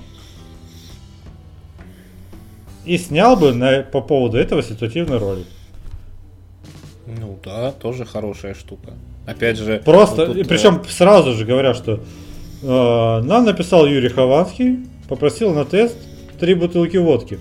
И снял бы на, по поводу этого ситуативный ролик. Ну да, тоже хорошая штука. Опять же... Просто, вот и тут, причем э... сразу же говоря, что э, нам написал Юрий Хованский, попросил на тест три бутылки водки.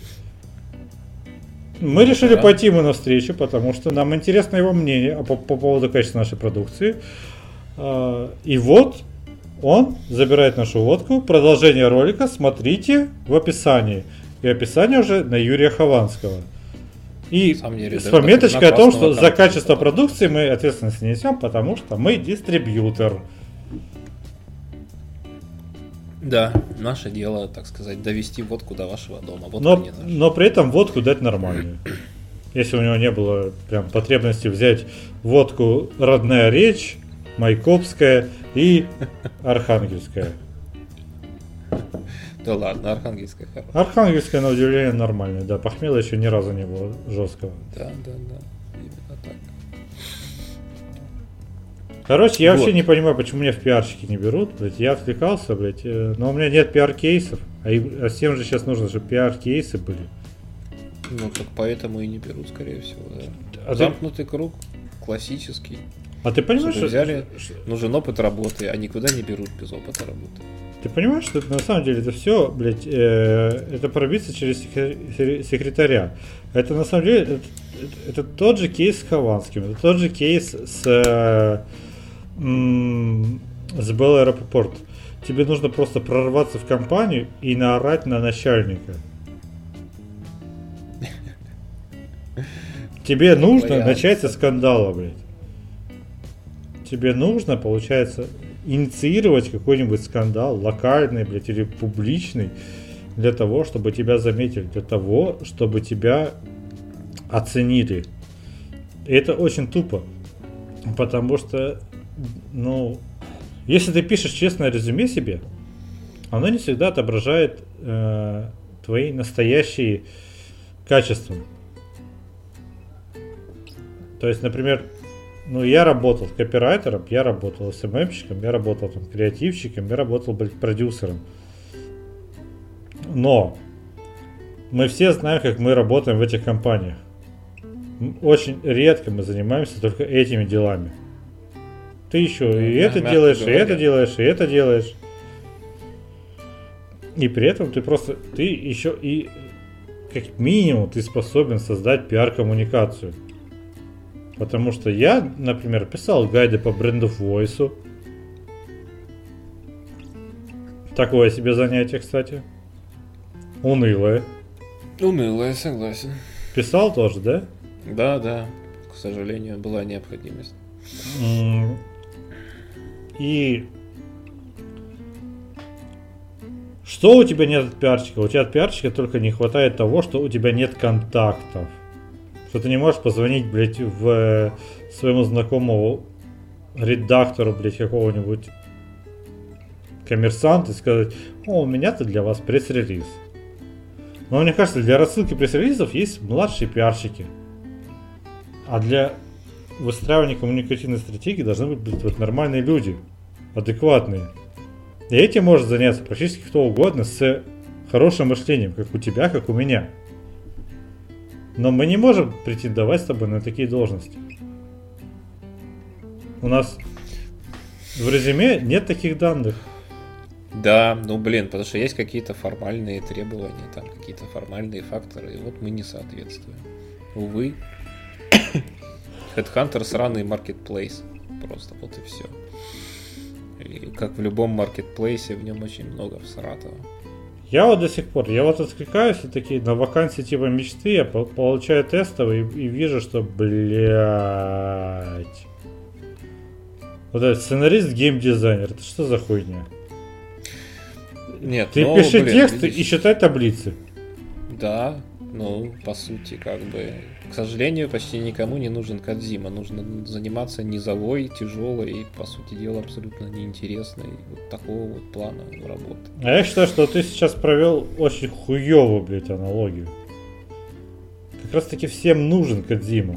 Мы решили да. пойти ему навстречу, потому что нам интересно его мнение по, по поводу качества нашей продукции. Э, и вот он забирает нашу водку. Продолжение ролика смотрите в описании. И описание уже на Юрия Хованского. И деле, с пометочкой о том, что за качество продукции мы ответственность не несем, потому что мы дистрибьютор. Да, наше дело, так сказать, довести водку до вашего дома. Но, но при этом водку дать нормальную. Если у него не было прям потребности взять водку «Родная речь», «Майкопская» и «Архангельская». Да ладно, Архангельская хорошая. Архангельская, на удивление, нормальная. Да, похмелья еще ни разу не было жесткого. Да, да, да. Именно так. Короче, я вот. вообще не понимаю, почему меня в пиарщики не берут. Блядь, я отвлекался, блядь. Но у меня нет пиар-кейсов. А, а всем же сейчас нужно, чтобы пиар-кейсы были. Ну, так поэтому и не берут, скорее всего, да. А Замкнутый ты... круг, классический. А ты понимаешь, что... Взяли, нужен опыт работы, а никуда не берут без опыта работы. Ты понимаешь, что это, на самом деле это все, блядь, э, это пробиться через секретаря. Это на самом деле, это, это, это тот же кейс с Хованским, это тот же кейс с, э, м- с Беллой Рапопорт. Тебе нужно просто прорваться в компанию и наорать на начальника. Тебе нужно начать со скандала, блядь. Тебе нужно, получается, инициировать какой-нибудь скандал, локальный, блядь, или публичный, для того, чтобы тебя заметили, для того, чтобы тебя оценили. И это очень тупо, потому что, ну, если ты пишешь честное резюме себе, оно не всегда отображает э, твои настоящие качества. То есть, например, ну, я работал копирайтером, я работал эс эм эм-щиком, я работал там креативщиком, я работал, блядь, продюсером. Но мы все знаем, как мы работаем в этих компаниях. Очень редко мы занимаемся только этими делами. Ты еще Ну, и мя- это мягко делаешь, и говоря. это делаешь, и это делаешь. И при этом ты просто, ты еще и, как минимум, ты способен создать пиар-коммуникацию. Потому что я, например, писал гайды по Brand of Voice. Такое себе занятие, кстати. Унылое. Уныло, я согласен. Писал тоже, да? Да, да, к сожалению, была необходимость. М, И что у тебя нет от пиарщика? У тебя от пиарщика только не хватает того, что у тебя нет контактов. Что ты не можешь позвонить, блядь, в э, своему знакомому редактору, блядь, какого-нибудь коммерсанта и сказать: о, у меня-то для вас пресс-релиз. Но мне кажется, для рассылки пресс-релизов есть младшие пиарщики. А для выстраивания коммуникативной стратегии должны быть, блядь, вот нормальные люди, адекватные. И этим может заняться практически кто угодно с хорошим мышлением, как у тебя, как у меня. Но мы не можем претендовать с тобой на такие должности. У нас в резюме нет таких данных. Да, ну блин, потому что есть какие-то формальные требования, там какие-то формальные факторы, и вот мы не соответствуем. Увы. Headhunter сраный маркетплейс. Просто вот и все. И как в любом маркетплейсе, в нем очень много всратого. Я вот до сих пор, я вот откликаюсь и такие на вакансии типа мечты, я по- получаю тестовый и, и вижу, что, блядь. Вот этот сценарист, геймдизайнер, это что за хуйня? Нет, Ты ну, пиши блин, тексты видишь, и считай таблицы. Да, ну, по сути, как бы, к сожалению, почти никому не нужен Кодзима. Нужно заниматься низовой, тяжелой и, по сути дела, абсолютно неинтересной вот такого вот плана работы. А я считаю, что ты сейчас провел очень хуёвую, блядь, аналогию. Как раз таки всем нужен Кодзима.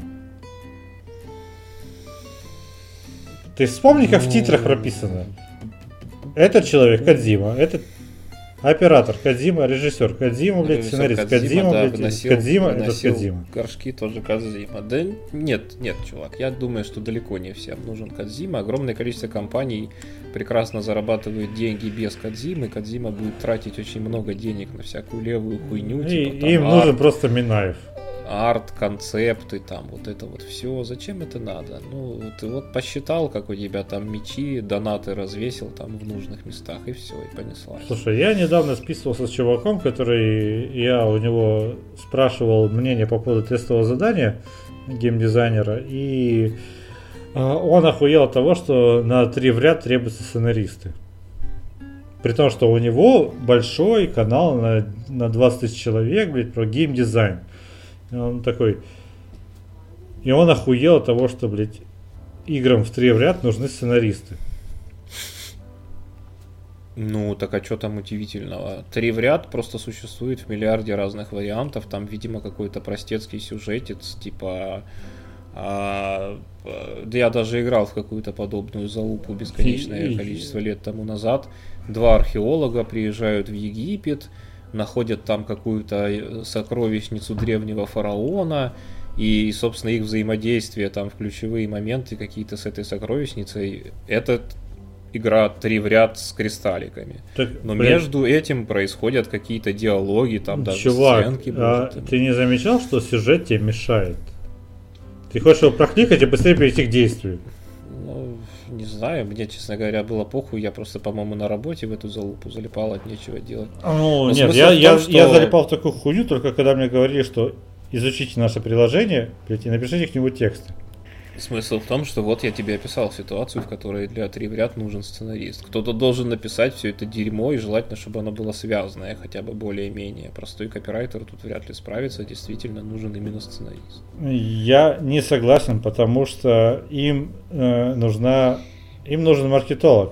Ты вспомни, как в титрах прописано. Этот человек Кодзима, этот оператор Кодзима, режиссер Кодзима, блядь, Режиссер сценарист Кодзима, да, блядь, выносил- Кодзима, этот выносил Кодзима. горшки тоже Кодзима. Да нет, нет, чувак, я думаю, что далеко не всем нужен Кодзима. Огромное количество компаний прекрасно зарабатывают деньги без Кодзимы. Кодзима будет тратить очень много денег на всякую левую хуйню. И, типа, там, им арт, нужен просто Минаев. арт, концепты, там вот это вот все. Зачем это надо? Ну, ты вот посчитал, как у тебя там мечи, донаты развесил там в нужных местах, и все, и понеслась. Слушай, я недавно списывался с чуваком, который, я у него спрашивал мнение по поводу тестового задания геймдизайнера, и а, он охуел от того, что на три в ряд требуются сценаристы. При том, что у него большой канал на, на двадцать тысяч человек, блядь, про геймдизайн. И он такой... И он охуел от того, что, блядь, играм в три в ряд нужны сценаристы. Ну, так а что там удивительного? Три в ряд просто существует в миллиарде разных вариантов. Там, видимо, какой-то простецкий сюжетец, типа... а, а, да я даже играл в какую-то подобную залупу бесконечное И- количество лет тому назад. Два археолога приезжают в Египет, находят там какую-то сокровищницу древнего фараона, и, собственно, их взаимодействие, там, в ключевые моменты какие-то с этой сокровищницей, это игра три в ряд с кристалликами. Так, Но блядь, между этим происходят какие-то диалоги, там даже чувак, сценки. а может, ты не замечал, что сюжет тебе мешает? Ты хочешь его прокликать и быстрее перейти к действию. Ну, не знаю, мне, честно говоря, было похуй, я просто, по-моему, на работе в эту залупу залипал, от нечего делать. Ну, Но нет, смысл я, в том, я, что- я залипал в такую хуйню, только когда мне говорили, что изучите наше приложение, блядь, и напишите к нему тексты. Смысл в том, что вот я тебе описал ситуацию, в которой для три в ряд нужен сценарист. Кто-то должен написать все это дерьмо, и желательно, чтобы оно было связанное, хотя бы более-менее. Простой копирайтер тут вряд ли справится, действительно нужен именно сценарист. Я не согласен, потому что им э, нужна, им нужен маркетолог.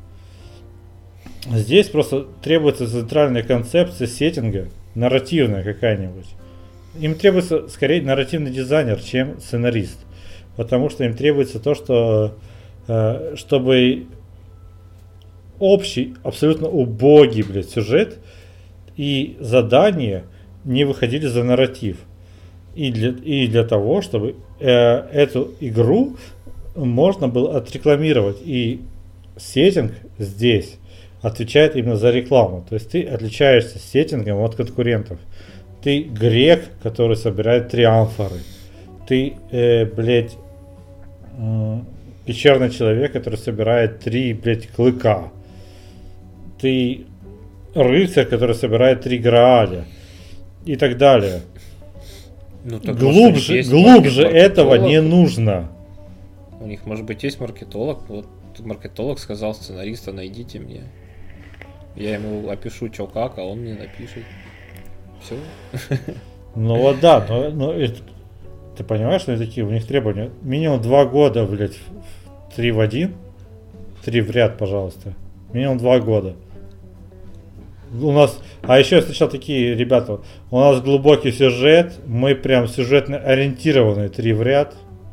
Здесь просто требуется центральная концепция сеттинга, нарративная какая-нибудь. Им требуется скорее нарративный дизайнер, чем сценарист. Потому что им требуется то, что э, чтобы общий, абсолютно убогий, блядь, сюжет и задания не выходили за нарратив. И для, и для того, чтобы э, эту игру можно было отрекламировать. И сеттинг здесь отвечает именно за рекламу. То есть ты отличаешься сеттингом от конкурентов. Ты грек, который собирает три амфоры. Ты, э, блядь, э, пещерный человек, который собирает три, блядь, клыка. Ты рыцарь, который собирает три грааля. И так далее. Ну, так, глубже может, глубже этого не нужно. У них, может быть, есть маркетолог. Вот маркетолог сказал сценариста, найдите мне. Я ему опишу, что как, а он мне напишет. Все. Ну вот да, но, но это, ты понимаешь, что они такие, у них требования. Минимум два года, блядь, три в один. Три в ряд, пожалуйста. Минимум два года. У нас, а еще я встречал такие ребята, у нас глубокий сюжет, мы прям сюжетно ориентированные три в ряд.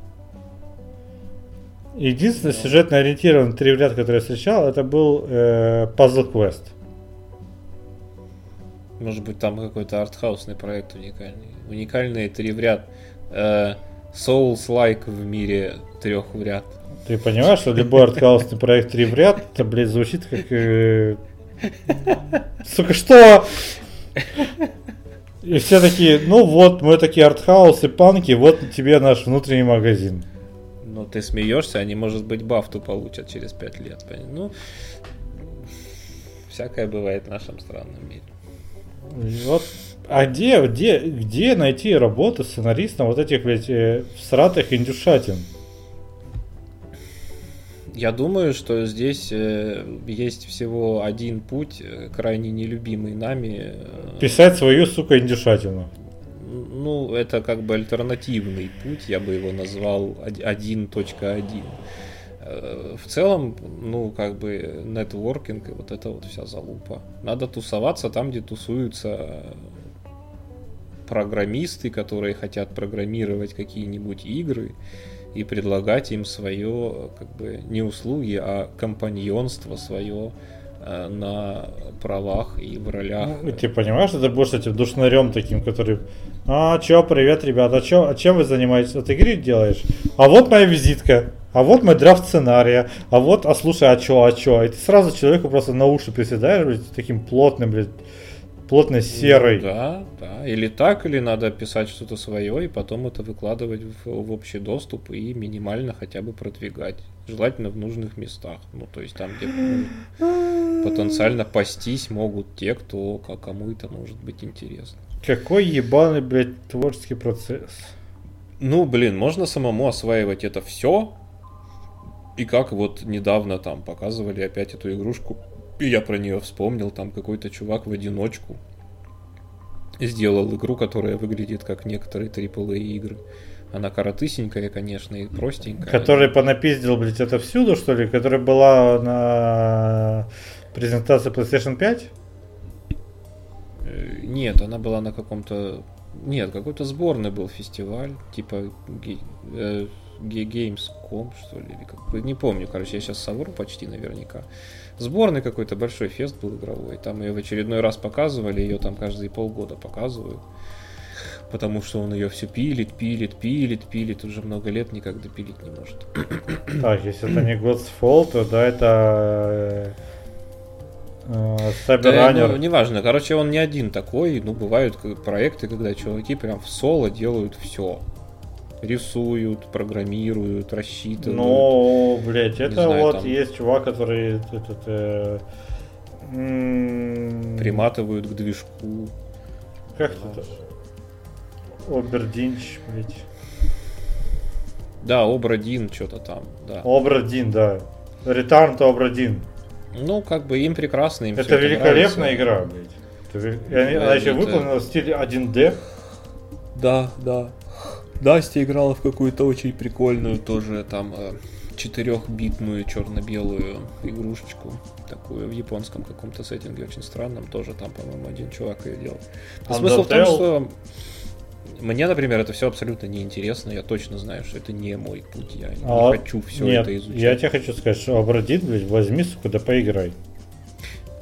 Единственный yeah. сюжетно ориентированный три в ряд, который я встречал, это был э, Puzzle Quest. Может быть, там какой-то артхаусный проект уникальный. Уникальные три в ряд. Э, Souls-like в мире трех в ряд. Ты понимаешь, что любой артхаусный проект три в ряд, это, блядь, звучит как... Э, сука, что? И все такие, ну вот, мы такие артхаусы, панки, вот тебе наш внутренний магазин. Ну, ты смеешься, они, может быть, бафту получат через пять лет. Ну, всякое бывает в нашем странном мире. Вот, а где, где, где найти работу сценаристом вот этих, блядь, э, всратых индюшатин? Я думаю, что здесь э, есть всего один путь, крайне нелюбимый нами. Э, Писать свою, сука, индюшатину. Ну, это как бы альтернативный путь, я бы его назвал один точка один. Э, в целом, ну, как бы, нетворкинг и вот это вот вся залупа. Надо тусоваться там, где тусуются программисты, которые хотят программировать какие-нибудь игры, и предлагать им свое, как бы, не услуги, а компаньонство свое э, на правах и в ролях. Ну, ты понимаешь, что ты будешь этим душнарем таким, который: а, чё, привет, ребята, а, чё, а чем вы занимаетесь? Вот игры делаешь? А вот моя визитка, а вот мой драфт сценария, а вот, а слушай, а чё, а чё? И ты сразу человеку просто на уши приседаешь, блядь, таким плотным, блядь, плотно серый. Ну, да, да. Или так, или надо писать что-то свое и потом это выкладывать в, в общий доступ и минимально хотя бы продвигать. Желательно в нужных местах. Ну, то есть там, где ну, потенциально пастись могут те, кто, кому это может быть интересно. Какой ебаный, блядь, творческий процесс. Ну, блин, можно самому осваивать это все. И как вот недавно там показывали опять эту игрушку. И я про нее вспомнил, там какой-то чувак в одиночку сделал игру, которая выглядит как некоторые трипл эй игры. Она коротысенькая, конечно, и простенькая. Который понапиздил, блядь, это всюду, что ли? Которая была на презентации PlayStation пять? Нет, она была на каком-то... Нет, какой-то сборный был фестиваль, типа э, Gamescom, что ли, или как... не помню, короче, я сейчас совру почти наверняка. Сборный какой-то большой фест был игровой, там ее в очередной раз показывали, ее там каждые полгода показывают, потому что он ее все пилит, пилит, пилит, пилит, уже много лет никак допилить не может. Так, если это не God's Fault, то да, это... Cyber Да, Runner. ну, неважно, короче, он не один такой, ну, бывают проекты, когда чуваки прям в соло делают все. Рисуют, программируют, рассчитывают. Ну, блять, это знаю, вот там... есть чувак, который этот, э, м- приматывают к движку. Как это? Обердинч, блять. Да, Обрадин, что-то там, да. Обрадин, да. Return to Obradin. Ну, как бы им прекрасно, им это великолепная это игра, блять. Это, да, она еще это... выполнена в стиле один дэ. Да, да. Настя играла в какую-то очень прикольную тоже там четырехбитную черно-белую игрушечку, такую в японском каком-то сеттинге очень странном, тоже там, по-моему, один чувак ее делал. Смысл в том, что мне, например, это все абсолютно неинтересно, я точно знаю, что это не мой путь, я а, не хочу все нет, это изучать. Я тебе хочу сказать, что Обрадин, блядь, возьми, сука, да поиграй.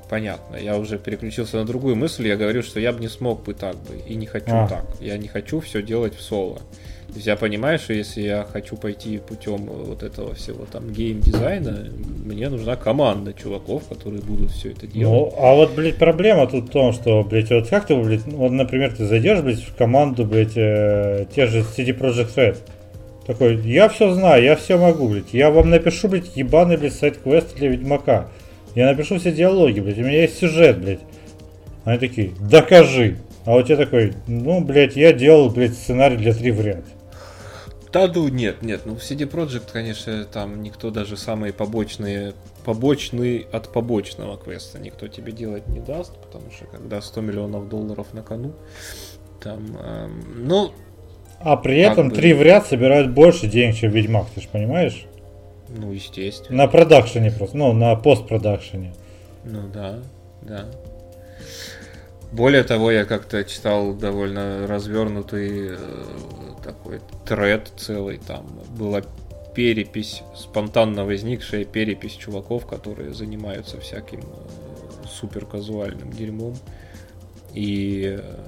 понятно. Я уже переключился на другую мысль. Я говорю, что я бы не смог бы так бы. И не хочу А. так. Я не хочу все делать в соло. То есть я понимаю, что если я хочу пойти путем вот этого всего там гейм-дизайна, мне нужна команда чуваков, которые будут все это делать. Ну, а вот, блядь, проблема тут в том, что, блядь, вот как ты, блядь, вот, например, ты зайдешь, блядь, в команду, блядь, э, те же си ди Projekt Red. Такой, я все знаю, я все могу, блядь. Я вам напишу, блядь, ебаный, блядь, сайт-квест для Ведьмака. Я напишу все диалоги, блядь, у меня есть сюжет, блядь. Они такие, докажи. А у тебя такой, ну, блядь, я делал, блядь, сценарий для три в ряд. Да, ну нет, нет, ну в си ди Projekt, конечно, там никто даже самые побочные, побочный от побочного квеста никто тебе делать не даст, потому что когда сто миллионов долларов на кону, там, эм, ну... А при этом бы... три в ряд собирают больше денег, чем Ведьмак, ты же понимаешь? Ну, естественно. На продакшене просто, ну, на постпродакшене. Ну да, да. Более того, я как-то читал довольно развернутый э, такой тред целый, там была перепись, спонтанно возникшая перепись чуваков, которые занимаются всяким э, супер казуальным дерьмом. И э,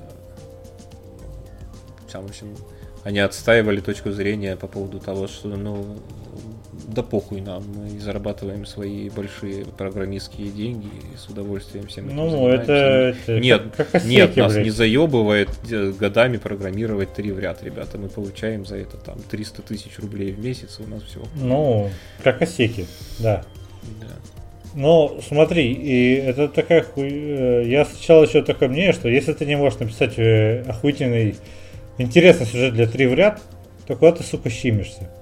в общем, они отстаивали точку зрения по поводу того, что, ну, да похуй нам, мы зарабатываем свои большие программистские деньги и с удовольствием всем этим Ну, занимаемся. это, это нет, как, как нет, осеки, нас блядь. не заебывает годами программировать три в ряд, ребята. Мы получаем за это там триста тысяч рублей в месяц, и у нас все. Ну, как осеки, да. Да. Но смотри, и это такая хуй... Я встречал еще такое мнение, что если ты не можешь написать э, охуительный, интересный сюжет для три в ряд, то куда ты, сука, щимишься?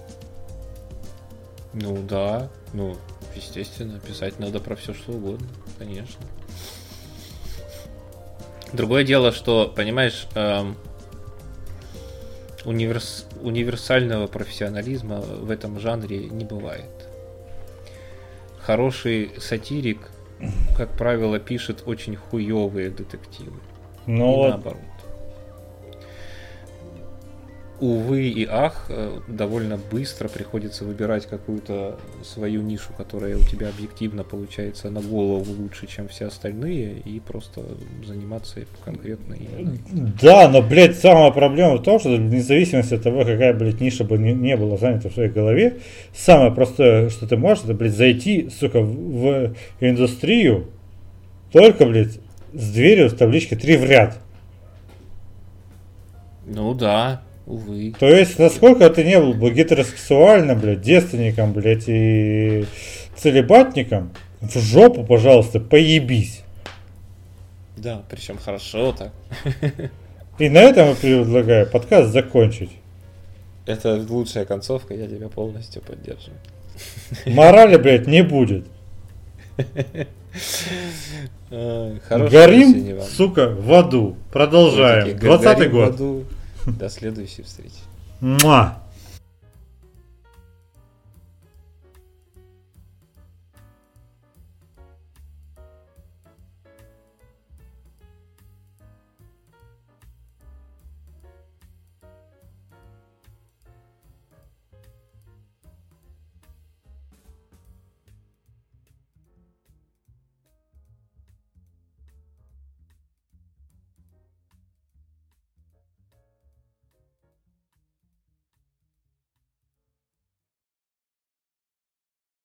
Ну да, ну, естественно, писать надо про все что угодно, конечно. Другое дело, что, понимаешь, эм, универс... универсального профессионализма в этом жанре не бывает. Хороший сатирик, как правило, пишет очень хуёвые детективы. Ну, и вот, наоборот. Увы и ах, довольно быстро приходится выбирать какую-то свою нишу, которая у тебя объективно получается на голову лучше, чем все остальные, и просто заниматься конкретно. да, но, блядь, самая проблема в том, что вне зависимости от того, какая, блядь, ниша бы не, не была занята в своей голове, самое простое, что ты можешь, это, блядь, зайти, сука, в, в индустрию только, блядь, с дверью с табличкой три в ряд. Ну да. Увы. То есть, насколько ты не был бы гетеросексуальным, блядь, девственником, блядь, и целибатником, в жопу, пожалуйста, поебись. Да, причем хорошо так. И на этом я предлагаю подкаст закончить. Это лучшая концовка, я тебя полностью поддерживаю. Морали, блядь, не будет. Горим, сука, в аду. Продолжаем. двадцатый год. До следующей встречи. Муа.